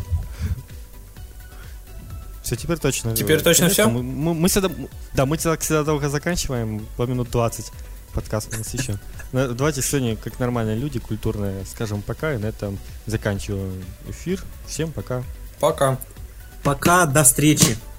Все, теперь точно. Теперь точно Конечно, всё? Мы, мы, мы всегда, да, мы всегда, всегда долго заканчиваем, по минут двадцать подкаст у нас еще. Но давайте сегодня, как нормальные люди, культурные, скажем пока, и на этом заканчиваем эфир. Всем пока. Пока. Пока, до встречи.